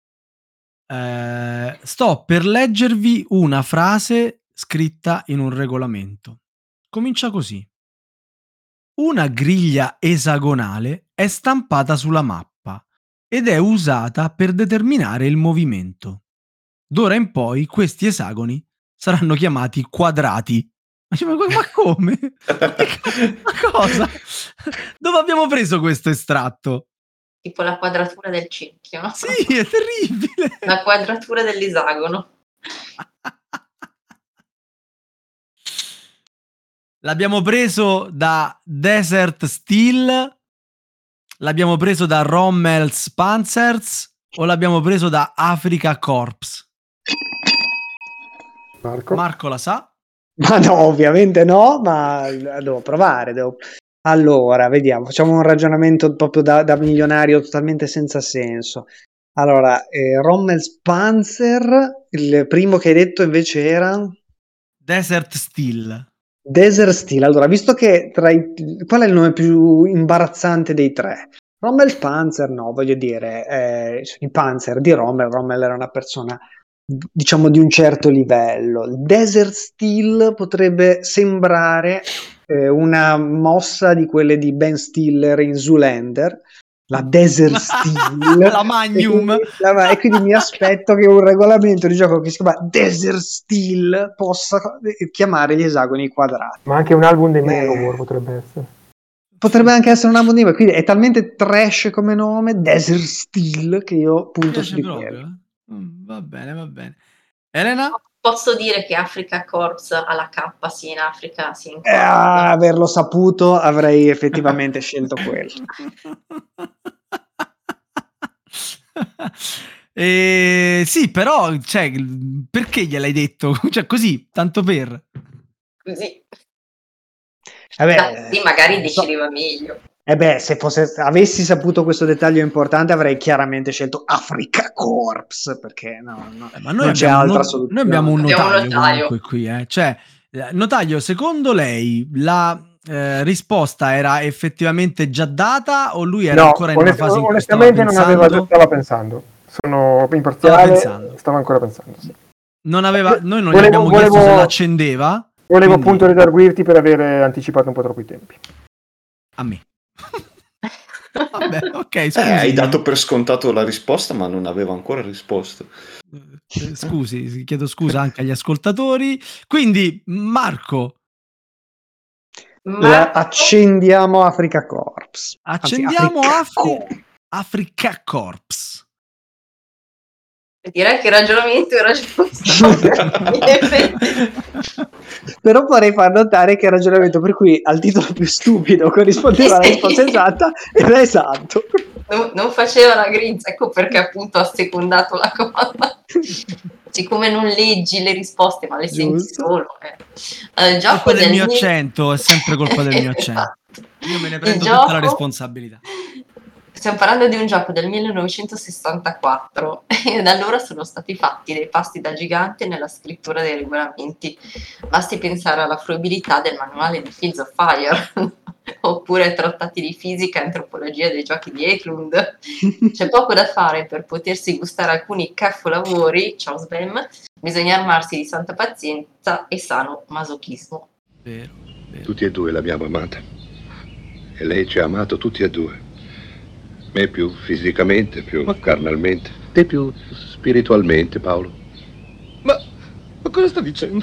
Speaker 1: Sto per leggervi una frase scritta in un regolamento. Comincia così. Una griglia esagonale è stampata sulla mappa ed è usata per determinare il movimento. D'ora in poi questi esagoni saranno chiamati quadrati. Ma come? Ma cosa? Dove abbiamo preso questo estratto?
Speaker 4: Tipo la quadratura del cerchio, no?
Speaker 1: Sì, è terribile.
Speaker 4: La quadratura dell'esagono.
Speaker 1: L'abbiamo preso da Desert Steel, l'abbiamo preso da Rommel's Panzers o l'abbiamo preso da Africa Corps? Marco la sa?
Speaker 2: Ma no, ovviamente no, ma devo provare. Allora, vediamo, facciamo un ragionamento proprio da milionario totalmente senza senso. Allora, Rommel's Panzer, il primo che hai detto invece era?
Speaker 1: Desert Steel.
Speaker 2: Desert Steel. Allora, visto che qual è il nome più imbarazzante dei tre? Rommel Panzer, no, voglio dire, i Panzer di Rommel era una persona, diciamo, di un certo livello. Il Desert Steel potrebbe sembrare una mossa di quelle di Ben Stiller in Zoolander, la Desert Steel,
Speaker 1: la Magnum,
Speaker 2: e quindi mi aspetto che un regolamento di gioco che si chiama Desert Steel possa chiamare gli esagoni quadrati.
Speaker 5: Ma anche un album dei Manowar potrebbe essere.
Speaker 2: Potrebbe anche essere un album di quindi è talmente trash come nome, Desert Steel, che io punto su di quello.
Speaker 1: Va bene. Elena?
Speaker 4: Posso dire che Africa Corps alla K sia in Africa sia in Corps.
Speaker 2: Averlo saputo avrei effettivamente scelto quello.
Speaker 1: Sì, però cioè, perché gliel'hai detto? Cioè così, tanto per
Speaker 4: così.
Speaker 2: Sì,
Speaker 4: magari decideva meglio.
Speaker 2: Se avessi saputo questo dettaglio importante avrei chiaramente scelto Africa Corps, perché
Speaker 1: ma
Speaker 2: non c'è altra soluzione.
Speaker 1: Noi abbiamo un notaio comunque qui, Cioè, notaio, secondo lei la risposta era effettivamente già data o lui era ancora in una fase in cui
Speaker 5: onestamente stava pensando. Sono imparziale, stava ancora pensando, sì.
Speaker 1: Noi non gli abbiamo chiesto se l'accendeva.
Speaker 5: Volevo appunto redarguirti per aver anticipato un po' troppo i tempi.
Speaker 1: A me. Vabbè, ok, scusi.
Speaker 3: Hai dato per scontato la risposta, ma non avevo ancora risposto.
Speaker 1: Scusi, chiedo scusa anche agli ascoltatori. Quindi, Marco.
Speaker 2: Accendiamo Africa Corps.
Speaker 1: Accendiamo Africa Corps.
Speaker 4: Direi che il ragionamento era giusto.
Speaker 2: Però vorrei far notare che il ragionamento per cui al titolo più stupido corrispondeva alla risposta esatta era esatto.
Speaker 4: Non faceva la grinza, ecco perché appunto ha secondato la cosa. Siccome non leggi le risposte ma le senti solo. Il gioco
Speaker 1: colpa del mio accento, è sempre colpa del mio accento. Io me ne prendo tutta la responsabilità.
Speaker 4: Stiamo parlando di un gioco del 1964 e da allora sono stati fatti dei passi da gigante nella scrittura dei regolamenti. Basti pensare alla fruibilità del manuale di Fields of Fire oppure ai trattati di fisica e antropologia dei giochi di Eklund. C'è poco da fare per potersi gustare alcuni capolavori, ciao Sbam, bisogna armarsi di santa pazienza e sano masochismo.
Speaker 1: Vero.
Speaker 6: Tutti e due l'abbiamo amata e lei ci ha amato tutti e due. Me più fisicamente, più carnalmente. Te più spiritualmente, Paolo.
Speaker 7: Ma cosa sta dicendo?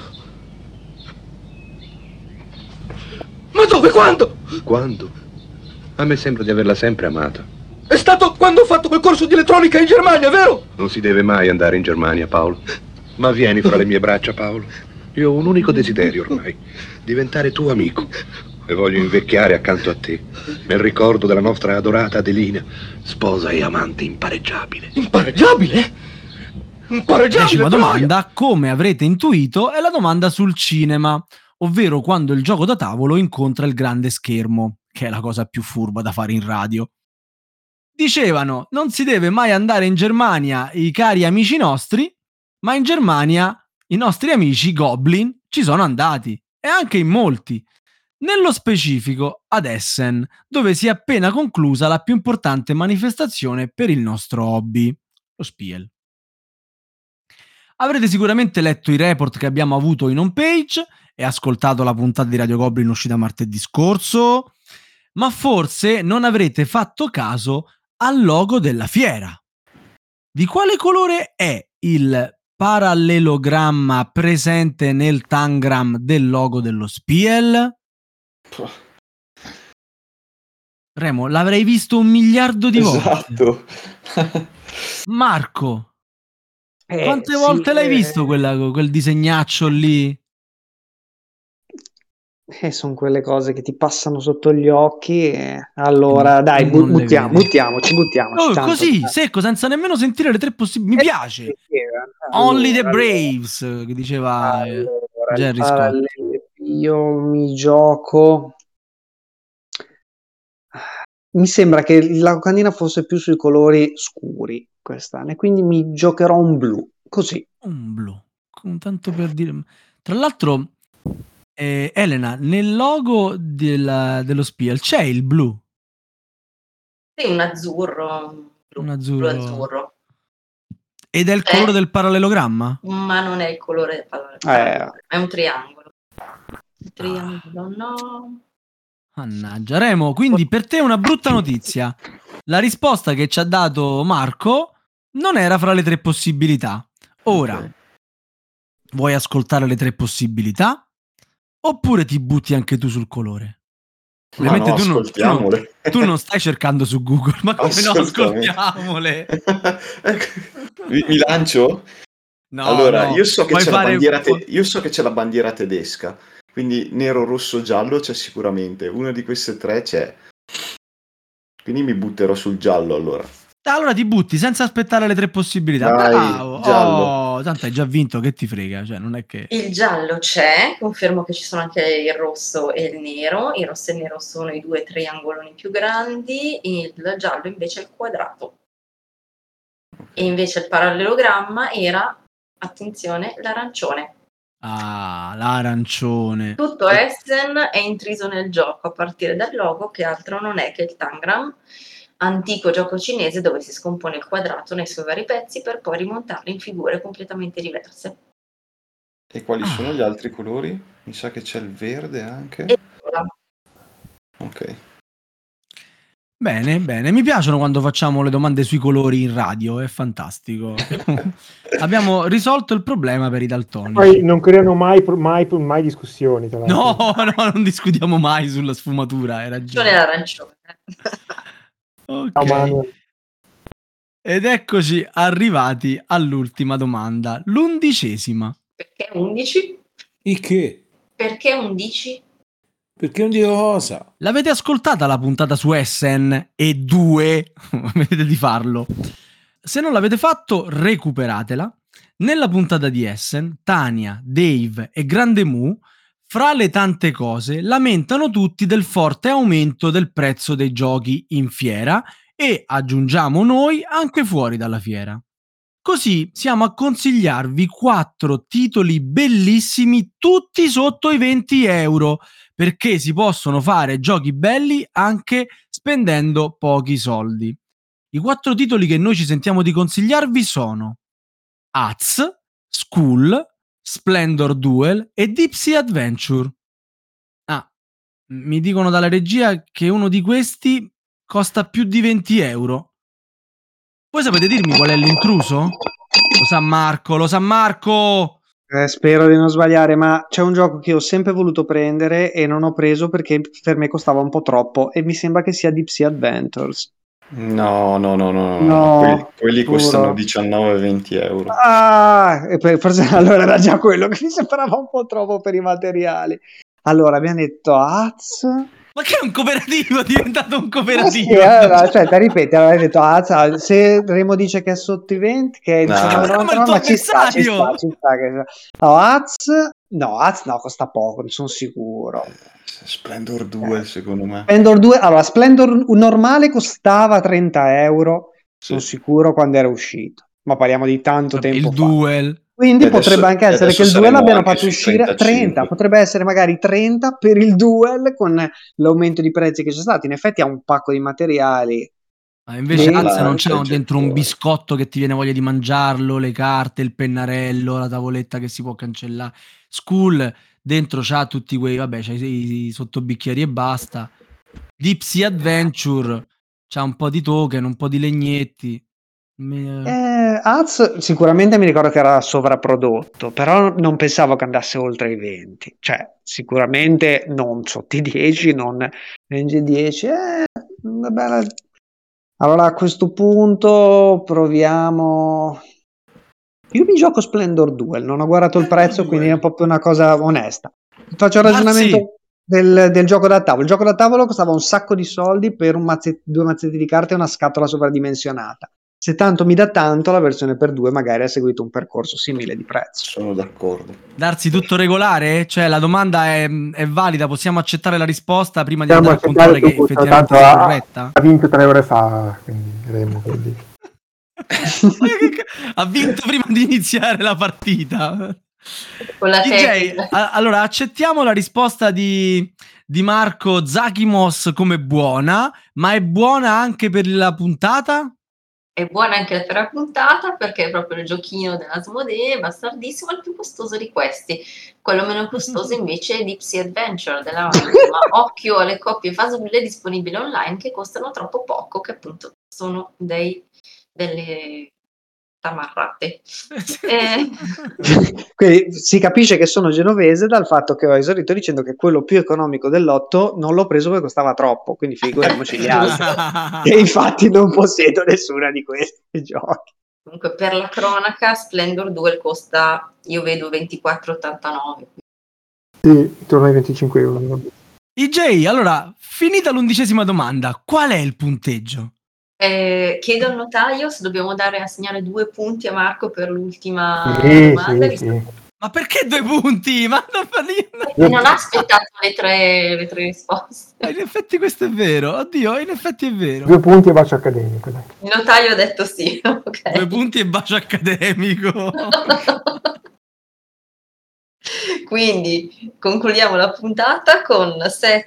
Speaker 7: Ma dove? Quando?
Speaker 6: Quando? A me sembra di averla sempre amata.
Speaker 7: È stato quando ho fatto quel corso di elettronica in Germania, vero?
Speaker 6: Non si deve mai andare in Germania, Paolo. Ma vieni fra le mie braccia, Paolo. Io ho un unico desiderio ormai. Diventare tuo amico. E voglio invecchiare accanto a te, nel ricordo della nostra adorata Adelina, sposa e amante impareggiabile.
Speaker 7: Impareggiabile?
Speaker 1: Decima domanda, come avrete intuito, è la domanda sul cinema, ovvero quando il gioco da tavolo incontra il grande schermo, che è la cosa più furba da fare in radio. Dicevano, non si deve mai andare in Germania, i cari amici nostri, ma in Germania i nostri amici Goblin ci sono andati, e anche in molti. Nello specifico ad Essen, dove si è appena conclusa la più importante manifestazione per il nostro hobby, lo Spiel. Avrete sicuramente letto i report che abbiamo avuto in homepage e ascoltato la puntata di Radio Goblin uscita martedì scorso, ma forse non avrete fatto caso al logo della fiera. Di quale colore è il parallelogramma presente nel tangram del logo dello Spiel? Remo, l'avrei visto 1 miliardo di volte.
Speaker 3: Esatto.
Speaker 1: Marco, quante volte l'hai visto quel disegnaccio lì?
Speaker 2: Sono quelle cose che ti passano sotto gli occhi. Allora, dai, buttiamoci.
Speaker 1: Così, secco, senza nemmeno sentire le 3 possibili. Mi piace. Only the Braves, che diceva Jerry Scott.
Speaker 2: Io mi gioco. Mi sembra che la locandina fosse più sui colori scuri quest'anno, e quindi mi giocherò un blu. Così.
Speaker 1: Un blu. Tanto per dire. Tra l'altro, Elena, nel logo dello Spiel c'è il blu.
Speaker 4: Sì, un azzurro.
Speaker 1: Un azzurro. Ed è il colore del parallelogramma?
Speaker 4: Ma non è il colore del parallelogramma. È un triangolo. No.
Speaker 1: Mannaggia, Remo, quindi per te una brutta notizia. la risposta che ci ha dato Marco non era fra le 3 possibilità. Ora,
Speaker 3: Ok.
Speaker 1: vuoi ascoltare le 3 possibilità? Oppure ti butti anche tu sul colore?
Speaker 3: Ma
Speaker 1: Ovviamente
Speaker 3: no, ascoltiamole.
Speaker 1: tu non stai cercando su Google, ma come no,
Speaker 3: Assolutamente.
Speaker 1: ascoltiamole?
Speaker 3: Mi lancio?
Speaker 1: No,
Speaker 3: Allora,
Speaker 1: no,
Speaker 3: io so che
Speaker 1: puoi
Speaker 3: c'è la
Speaker 1: fare...
Speaker 3: bandiera io so che c'è la bandiera tedesca, quindi nero, rosso, giallo c'è sicuramente. Una di queste 3 c'è. Quindi mi butterò sul giallo allora.
Speaker 1: Allora ti butti senza aspettare le 3 possibilità.
Speaker 3: Dai,
Speaker 1: Bravo!
Speaker 3: giallo.
Speaker 1: Oh, tanto hai già vinto, che ti frega? Cioè, non è che...
Speaker 4: Il giallo c'è, confermo che ci sono anche il rosso e il nero. Il rosso e il nero sono i 2 triangoloni più grandi, il giallo invece è il quadrato. E invece il parallelogramma era, attenzione, l'arancione.
Speaker 1: Ah, l'arancione.
Speaker 4: Tutto Essen è intriso nel gioco, a partire dal logo, che altro non è che il Tangram, antico gioco cinese dove si scompone il quadrato nei suoi vari pezzi per poi rimontarlo in figure completamente diverse.
Speaker 3: E quali sono gli altri colori? Mi sa che c'è il verde anche.
Speaker 4: E voilà.
Speaker 3: Ok.
Speaker 1: Bene, bene. Mi piacciono quando facciamo le domande sui colori in radio, è fantastico. Abbiamo risolto il problema per i daltonici.
Speaker 5: Poi non creano mai discussioni, tra
Speaker 1: No,
Speaker 5: l'altro.
Speaker 1: no, non discutiamo mai sulla sfumatura, hai
Speaker 4: L'arancione è
Speaker 1: ragione.
Speaker 4: l'arancione.
Speaker 1: Ok.
Speaker 5: Ciao, Manuel.
Speaker 1: Ed eccoci arrivati all'ultima domanda, l'11ª.
Speaker 4: Perché 11?
Speaker 8: Il che?
Speaker 4: Perché 11?
Speaker 8: Perché non dico cosa?
Speaker 1: L'avete ascoltata la puntata su Essen e 2? Vedete di farlo. Se non l'avete fatto, recuperatela. Nella puntata di Essen, Tania, Dave e Grande Mu, fra le tante cose, lamentano tutti del forte aumento del prezzo dei giochi in fiera e, aggiungiamo noi, anche fuori dalla fiera. Così siamo a consigliarvi 4 titoli bellissimi, tutti sotto i 20 euro, perché si possono fare giochi belli anche spendendo pochi soldi. I 4 titoli che noi ci sentiamo di consigliarvi sono Az, School, Splendor Duel e Deep Sea Adventure. Ah, mi dicono dalla regia che uno di questi costa più di 20 euro. Voi sapete dirmi qual è l'intruso? Lo sa Marco, lo sa Marco!
Speaker 2: Spero di non sbagliare, ma c'è un gioco che ho sempre voluto prendere e non ho preso perché per me costava un po' troppo e mi sembra che sia Deep Sea Adventures.
Speaker 3: No.
Speaker 2: No,
Speaker 3: Quelli costano
Speaker 2: giuro.
Speaker 3: 19-20 euro.
Speaker 2: Ah, e forse allora era già quello che mi sembrava un po' troppo per i materiali. Allora, abbiamo detto Az.
Speaker 1: Ma che è un cooperativo? È diventato un
Speaker 2: Sì,
Speaker 1: cooperativo!
Speaker 2: aspetta, ripeti, allora hai detto se Remo dice che è sotto i 20, che è
Speaker 3: No.
Speaker 2: 19,99, ma ci sta che... No, Az no, costa poco, ne sono sicuro.
Speaker 3: Splendor 2 secondo me.
Speaker 2: Splendor 2, allora Splendor normale costava 30 euro, sono
Speaker 3: Sì.
Speaker 2: sicuro quando era uscito, ma parliamo di tanto tempo
Speaker 1: Il
Speaker 2: fa.
Speaker 1: Duel.
Speaker 2: Quindi
Speaker 3: E adesso-
Speaker 2: potrebbe anche essere
Speaker 3: adesso
Speaker 2: che il Duel
Speaker 3: saremo
Speaker 2: l'abbiano
Speaker 3: anche
Speaker 2: fatto
Speaker 3: sui
Speaker 2: uscire 30,
Speaker 3: 35.
Speaker 2: potrebbe essere magari 30 per il Duel con l'aumento di prezzi che c'è stato. In effetti ha un pacco di materiali.
Speaker 1: Ma invece
Speaker 2: Beh,
Speaker 1: Az non
Speaker 3: lancia,
Speaker 1: c'è dentro un
Speaker 3: gettoni.
Speaker 1: biscotto che ti viene voglia di mangiarlo, le carte, il pennarello, la tavoletta che si può cancellare. School dentro c'ha tutti quei, vabbè, c'ha i sottobicchieri e basta. Deep Sea Adventure c'ha un po' di token, un po' di legnetti.
Speaker 2: Az sicuramente mi ricordo che era sovrapprodotto, però non pensavo che andasse oltre i 20, cioè sicuramente non sotto i 10, non range 10. Una bella... Allora a questo punto proviamo. Io mi gioco Splendor Duel, non ho guardato il
Speaker 1: Splendor
Speaker 2: prezzo, quindi
Speaker 1: Duel.
Speaker 2: è proprio una cosa onesta. Faccio il
Speaker 1: Darsi.
Speaker 2: ragionamento del gioco da tavolo. Il gioco da tavolo costava un sacco di soldi per due mazzetti di carte e una scatola sovradimensionata. Se tanto mi dà tanto, la versione per 2 magari ha seguito un percorso simile di prezzo.
Speaker 3: Sono d'accordo.
Speaker 1: Darsi tutto regolare? Cioè la domanda è valida, possiamo accettare la risposta prima di
Speaker 5: Possiamo
Speaker 1: andare a controllare che
Speaker 5: accettare tutto,
Speaker 1: effettivamente
Speaker 5: tanto
Speaker 1: sia
Speaker 5: ha
Speaker 1: corretta?
Speaker 5: vinto 3 ore fa, quindi Remo, quindi.
Speaker 1: Ha vinto prima di iniziare la partita.
Speaker 4: Con la
Speaker 1: DJ,
Speaker 4: tecnica.
Speaker 1: allora accettiamo la risposta di Marco Zakimos come buona, ma è buona anche per la puntata?
Speaker 4: È buona anche la terza puntata perché è proprio il giochino dell'Asmodee, bastardissimo, è il più costoso di questi. Quello meno costoso invece è Deep Sea Adventure della Vanity, ma occhio alle coppie fasulle disponibili online che costano troppo poco, che appunto sono delle tamarrate.
Speaker 2: Quindi si capisce che sono genovese dal fatto che ho esaurito dicendo che quello più economico dell'8 non l'ho preso perché costava troppo, quindi figuriamoci gli altri. E infatti non possiedo nessuna di questi giochi.
Speaker 4: Comunque per la cronaca Splendor 2 costa, io vedo 24,89.
Speaker 5: Sì, torna ai 25 euro.
Speaker 1: IJ, allora, finita l'11ª domanda, qual è il punteggio?
Speaker 4: Chiedo al notaio se dobbiamo assegnare 2 punti a Marco per l'ultima domanda.
Speaker 5: Sì.
Speaker 1: Ma perché 2 punti? Ma
Speaker 4: non ha aspettato le tre risposte.
Speaker 1: In effetti questo è vero, oddio, in effetti è vero.
Speaker 5: 2 punti e bacio accademico. Dai.
Speaker 4: Il notaio ha detto sì, ok.
Speaker 1: 2 punti e bacio accademico.
Speaker 4: Quindi concludiamo la puntata con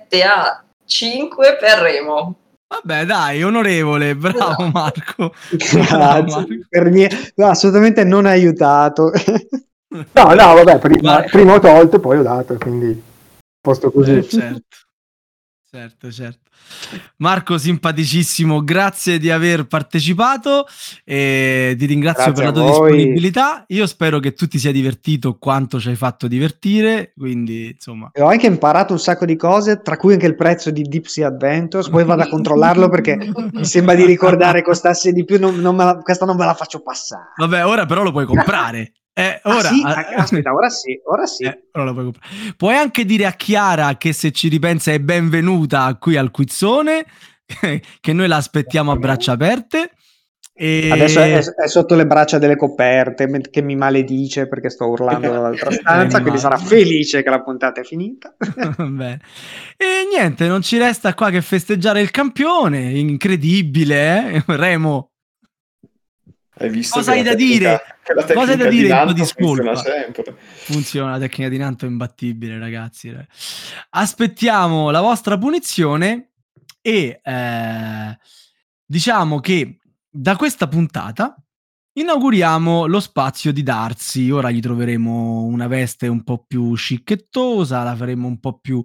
Speaker 4: 7-5 per Remo.
Speaker 1: Vabbè, dai, onorevole, bravo Marco.
Speaker 2: Grazie. Per assolutamente non ha aiutato.
Speaker 5: No, vabbè, prima ho tolto, poi ho dato, quindi posto così.
Speaker 1: Certo. Marco, simpaticissimo, grazie di aver partecipato e ti ringrazio per la tua disponibilità. Io spero che tu ti sia divertito quanto ci hai fatto divertire, quindi insomma.
Speaker 2: Ho anche imparato un sacco di cose, tra cui anche il prezzo di Deep Sea Adventures, poi vado a controllarlo perché mi sembra di ricordare costasse di più, questa non me la faccio passare.
Speaker 1: Vabbè, ora però lo puoi comprare. Ora,
Speaker 2: sì? Aspetta, ora sì.
Speaker 1: Ora lo puoi comprare. Puoi anche dire a Chiara che se ci ripensa è benvenuta qui al quizzone, che noi la aspettiamo a braccia aperte. E...
Speaker 2: Adesso è sotto le braccia delle coperte che mi maledice perché sto urlando dall'altra stanza, quindi sarà felice che la puntata è finita.
Speaker 1: Bene. E niente, non ci resta qua che festeggiare il campione, incredibile, Remo.
Speaker 3: Hai visto
Speaker 1: cosa hai da dire? Cosa hai da dire in tua
Speaker 3: Funziona
Speaker 1: discolpa?
Speaker 3: sempre.
Speaker 1: Funziona, la tecnica di Nanto è imbattibile, ragazzi. Aspettiamo la vostra punizione e diciamo che da questa puntata inauguriamo lo spazio di Darsi. Ora gli troveremo una veste un po' più scicchettosa, la faremo un po' più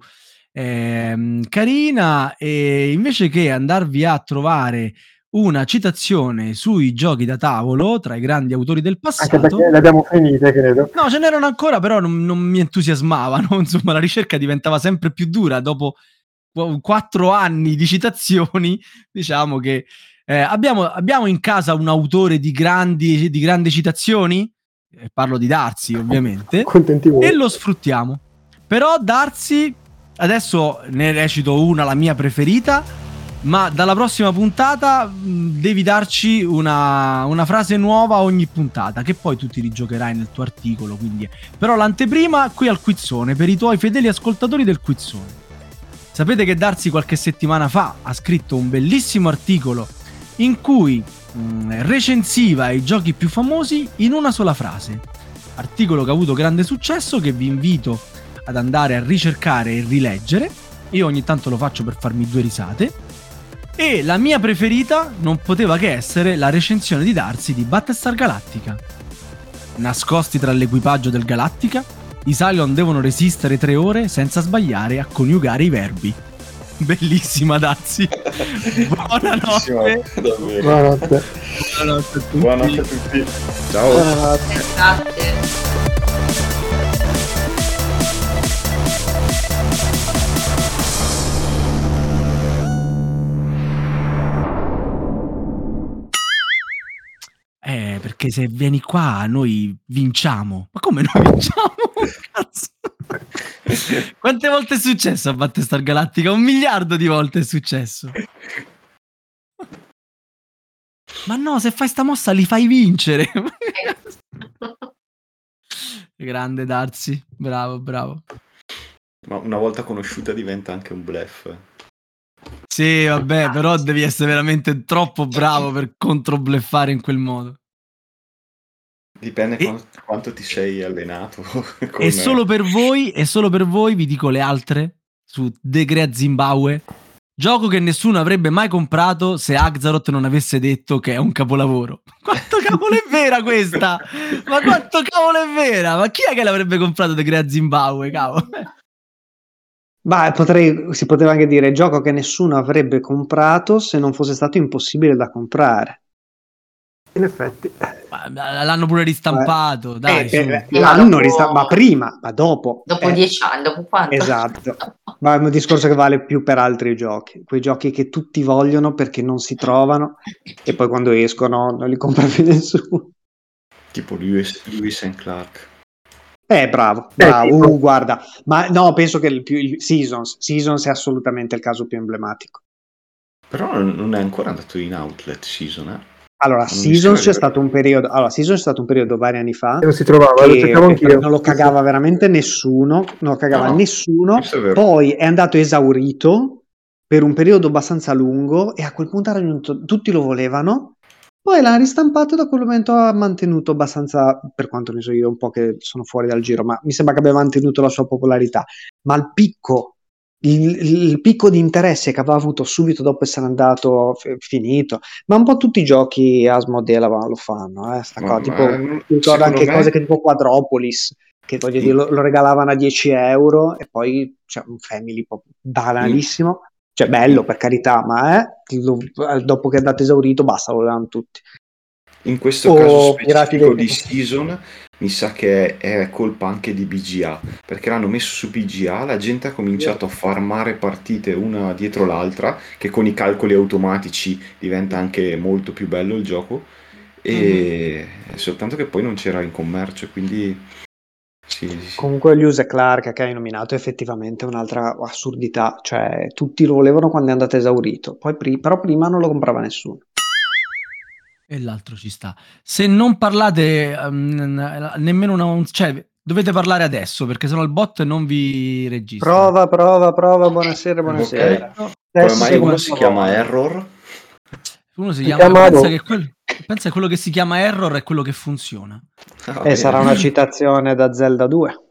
Speaker 1: carina, e invece che andarvi a trovare una citazione sui giochi da tavolo tra i grandi autori del passato.
Speaker 5: Anche perché le abbiamo finite, credo.
Speaker 1: No, ce n'erano ancora, però non mi entusiasmavano. Insomma, la ricerca diventava sempre più dura. Dopo 4 anni di citazioni, diciamo che abbiamo in casa un autore di grandi citazioni. Parlo di Darsi, ovviamente.
Speaker 5: Contenti voi.
Speaker 1: E lo sfruttiamo. Però Darsi, adesso ne recito una, la mia preferita. Ma dalla prossima puntata devi darci una frase nuova ogni puntata, che poi tu ti rigiocherai nel tuo articolo, quindi. Però l'anteprima qui al quizzone, per i tuoi fedeli ascoltatori del quizzone. Sapete che Darsi qualche settimana fa ha scritto un bellissimo articolo in cui recensiva i giochi più famosi in una sola frase. Articolo che ha avuto grande successo, che vi invito ad andare a ricercare e rileggere. Io ogni tanto lo faccio per farmi 2 risate. E la mia preferita non poteva che essere la recensione di Darsi di Battlestar Galactica. Nascosti tra l'equipaggio del Galactica, i Cylon devono resistere 3 ore senza sbagliare a coniugare i verbi. Bellissima, Darsi. Buonanotte.
Speaker 5: Buonanotte.
Speaker 3: Buonanotte a tutti. Ciao.
Speaker 5: Buonanotte.
Speaker 4: Grazie.
Speaker 1: Perché se vieni qua noi vinciamo. Ma come noi vinciamo? Cazzo. Quante volte è successo a Battlestar Galactica? 1 miliardo di volte è successo. Ma no, se fai sta mossa li fai vincere. Grande Darsi, bravo.
Speaker 3: Ma una volta conosciuta diventa anche un bluff.
Speaker 1: Sì, vabbè, però devi essere veramente troppo bravo per controbluffare in quel modo.
Speaker 3: Dipende quanto ti sei allenato.
Speaker 1: E solo per voi vi dico le altre su The Great Zimbabwe, Gioco che nessuno avrebbe mai comprato se Axaroth non avesse detto che è un capolavoro. Quanto cavolo è vera questa? Ma quanto cavolo è vera? Ma chi è che l'avrebbe comprato di Crea Zimbabwe, cavolo?
Speaker 2: Si poteva anche dire gioco che nessuno avrebbe comprato se non fosse stato impossibile da comprare.
Speaker 5: In effetti.
Speaker 1: Ma l'hanno pure ristampato, dai, su.
Speaker 2: L'hanno ristampato, ma prima, ma dopo.
Speaker 4: Dopo 10 anni, dopo quanto?
Speaker 2: Esatto. Ma è un discorso che vale più per altri giochi, quei giochi che tutti vogliono perché non si trovano e poi quando escono non li compra più nessuno.
Speaker 3: Tipo Lewis and Clark.
Speaker 2: Bravo. Guarda, ma no, penso che il Seasons è assolutamente il caso più emblematico.
Speaker 3: Però non è ancora andato in outlet Season, eh?
Speaker 2: Allora, Seasons c'è stato un periodo vari anni fa
Speaker 5: non si trovava, lo cercavo anch'io.
Speaker 2: Non lo cagava veramente nessuno, non lo cagava nessuno, poi è andato esaurito per un periodo abbastanza lungo e a quel punto ha raggiunto, tutti lo volevano, poi l'ha ristampato e da quel momento ha mantenuto abbastanza, per quanto ne so io, un po' che sono fuori dal giro, ma mi sembra che abbia mantenuto la sua popolarità, ma il picco di interesse che aveva avuto subito dopo essere andato finito, ma un po' tutti i giochi Asmodee lo fanno, ricordo anche cose che tipo Quadropolis, che voglio dire lo regalavano a 10 euro e poi c'è un family banalissimo, cioè bello per carità, ma dopo che è andato esaurito basta, lo volevano tutti.
Speaker 3: In questo caso specifico di Season mi sa che è colpa anche di BGA, perché l'hanno messo su BGA, la gente ha cominciato a farmare partite una dietro l'altra, che con i calcoli automatici diventa anche molto più bello il gioco, e soltanto che poi non c'era in commercio, quindi sì.
Speaker 2: Comunque Lewis e Clark che hai nominato è effettivamente un'altra assurdità, cioè tutti lo volevano quando è andato esaurito, poi però prima non lo comprava nessuno.
Speaker 1: E l'altro ci sta. Se non parlate nemmeno cioè dovete parlare adesso perché sennò il bot non vi registra.
Speaker 2: Prova, buonasera.
Speaker 3: Okay. Come mai uno si chiama Error?
Speaker 1: Uno si chiama pensa che quello che si chiama Error è quello che funziona.
Speaker 2: Sarà una citazione da Zelda 2.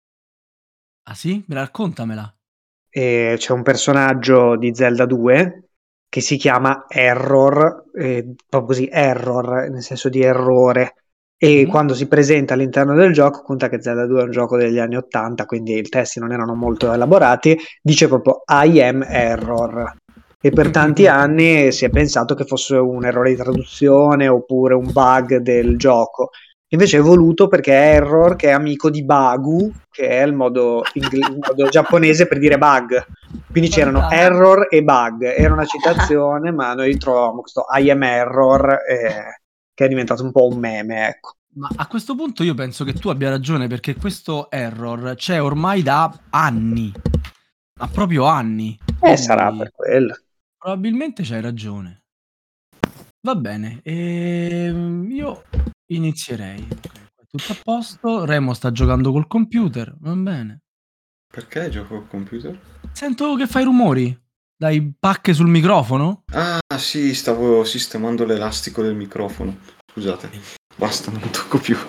Speaker 1: Ah sì? Raccontamela.
Speaker 2: C'è un personaggio di Zelda 2 che si chiama Error, proprio così, Error, nel senso di errore. E quando si presenta all'interno del gioco, conta che Zelda 2 è un gioco degli anni 80, quindi i testi non erano molto elaborati, dice proprio I am Error. E per tanti anni si è pensato che fosse un errore di traduzione oppure un bug del gioco. Invece è voluto perché è Error, che è amico di Bagu, che è il modo giapponese per dire bug. Quindi c'erano Error e Bug. Era una citazione, ma noi troviamo questo I am Error, che è diventato un po' un meme, ecco.
Speaker 1: Ma a questo punto io penso che tu abbia ragione, perché questo Error c'è ormai da anni. Ma proprio anni.
Speaker 2: Sarà per quello.
Speaker 1: Probabilmente c'hai ragione. Va bene, io inizierei. Tutto a posto. Remo sta giocando col computer, va bene.
Speaker 3: Perché gioco col computer?
Speaker 1: Sento che fai rumori. Dai pacche sul microfono?
Speaker 3: Ah sì, stavo sistemando l'elastico del microfono. Scusate, basta, non tocco più.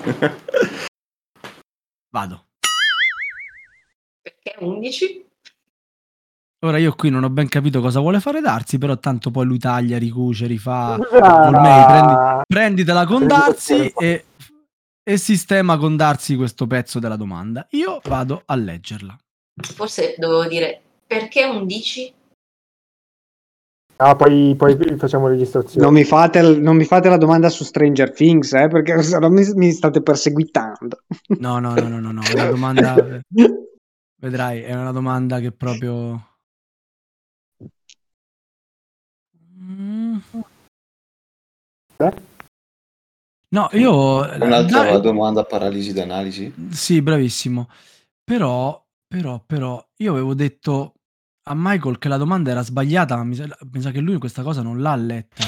Speaker 1: Vado.
Speaker 4: Perché 11?
Speaker 1: Ora io qui non ho ben capito cosa vuole fare Darsi, però tanto poi lui taglia, ricuce, rifà. Volmei, prenditela con Darsi e sistema con Darsi questo pezzo della domanda. Io vado a leggerla.
Speaker 4: Forse dovevo dire perché 11?
Speaker 5: Ah, poi facciamo registrazione.
Speaker 2: Non mi fate la domanda su Stranger Things, perché se no mi state perseguitando.
Speaker 1: No, è una domanda. Vedrai, è una domanda che proprio. No, io.
Speaker 3: Un'altra domanda, paralisi d'analisi?
Speaker 1: Sì, bravissimo. Però, io avevo detto a Michael che la domanda era sbagliata, ma mi sa che lui questa cosa non l'ha letta.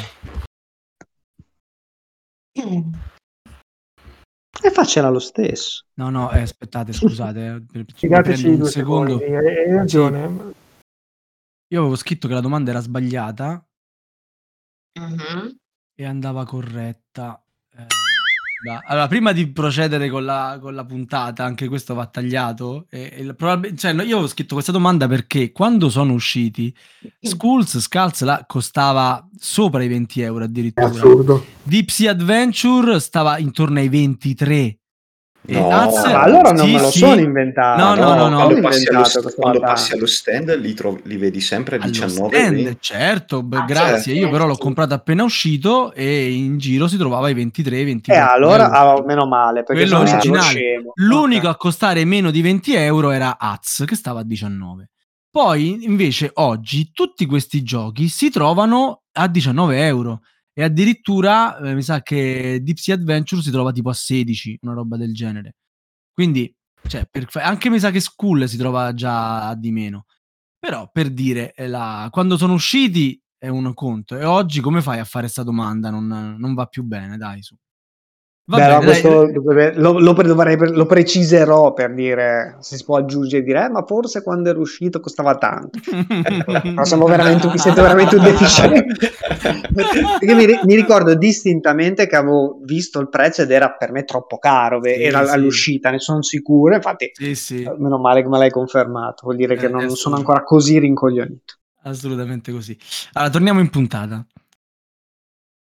Speaker 2: E faccela lo stesso.
Speaker 1: No, aspettate, scusate.
Speaker 5: Spiegateci
Speaker 1: un
Speaker 5: 2
Speaker 1: secondo.
Speaker 5: secondi, hai ragione.
Speaker 1: Sì. Io avevo scritto che la domanda era sbagliata e andava corretta. Allora, prima di procedere con la puntata, anche questo va tagliato. Cioè, io ho scritto questa domanda perché quando sono usciti Skulls costava sopra i 20 euro
Speaker 5: È
Speaker 1: addirittura.
Speaker 5: assurdo.
Speaker 1: Deep Sea Adventure stava intorno ai 23.
Speaker 3: No,
Speaker 2: allora non me lo sono inventato.
Speaker 1: No.
Speaker 3: Quando passi allo stand li vedi sempre a 19.
Speaker 1: Allo stand, certo, grazie. Io però l'ho comprato appena uscito e in giro si trovava ai 23, 24
Speaker 2: allora meno male, perché
Speaker 1: quello originale.
Speaker 2: scemo.
Speaker 1: L'unico a costare meno di 20 euro era Az, che stava a 19. Poi invece oggi tutti questi giochi si trovano a 19 euro. E addirittura mi sa che Deep Sea Adventure si trova tipo a 16, una roba del genere. Quindi, cioè, anche mi sa che Skull si trova già a di meno. Però, per dire, quando sono usciti è un conto. E oggi come fai a fare sta domanda? Non va più bene, dai, su.
Speaker 2: Questo lo preciserò per dire, se si può aggiungere e dire ma forse quando era uscito costava tanto. Mi sento veramente un deficiente. Perché mi ricordo distintamente che avevo visto il prezzo ed era per me troppo caro, era all'uscita, ne sono sicuro, infatti meno male che me l'hai confermato, vuol dire che non sono ancora così rincoglionito.
Speaker 1: Assolutamente così. Allora, torniamo in puntata.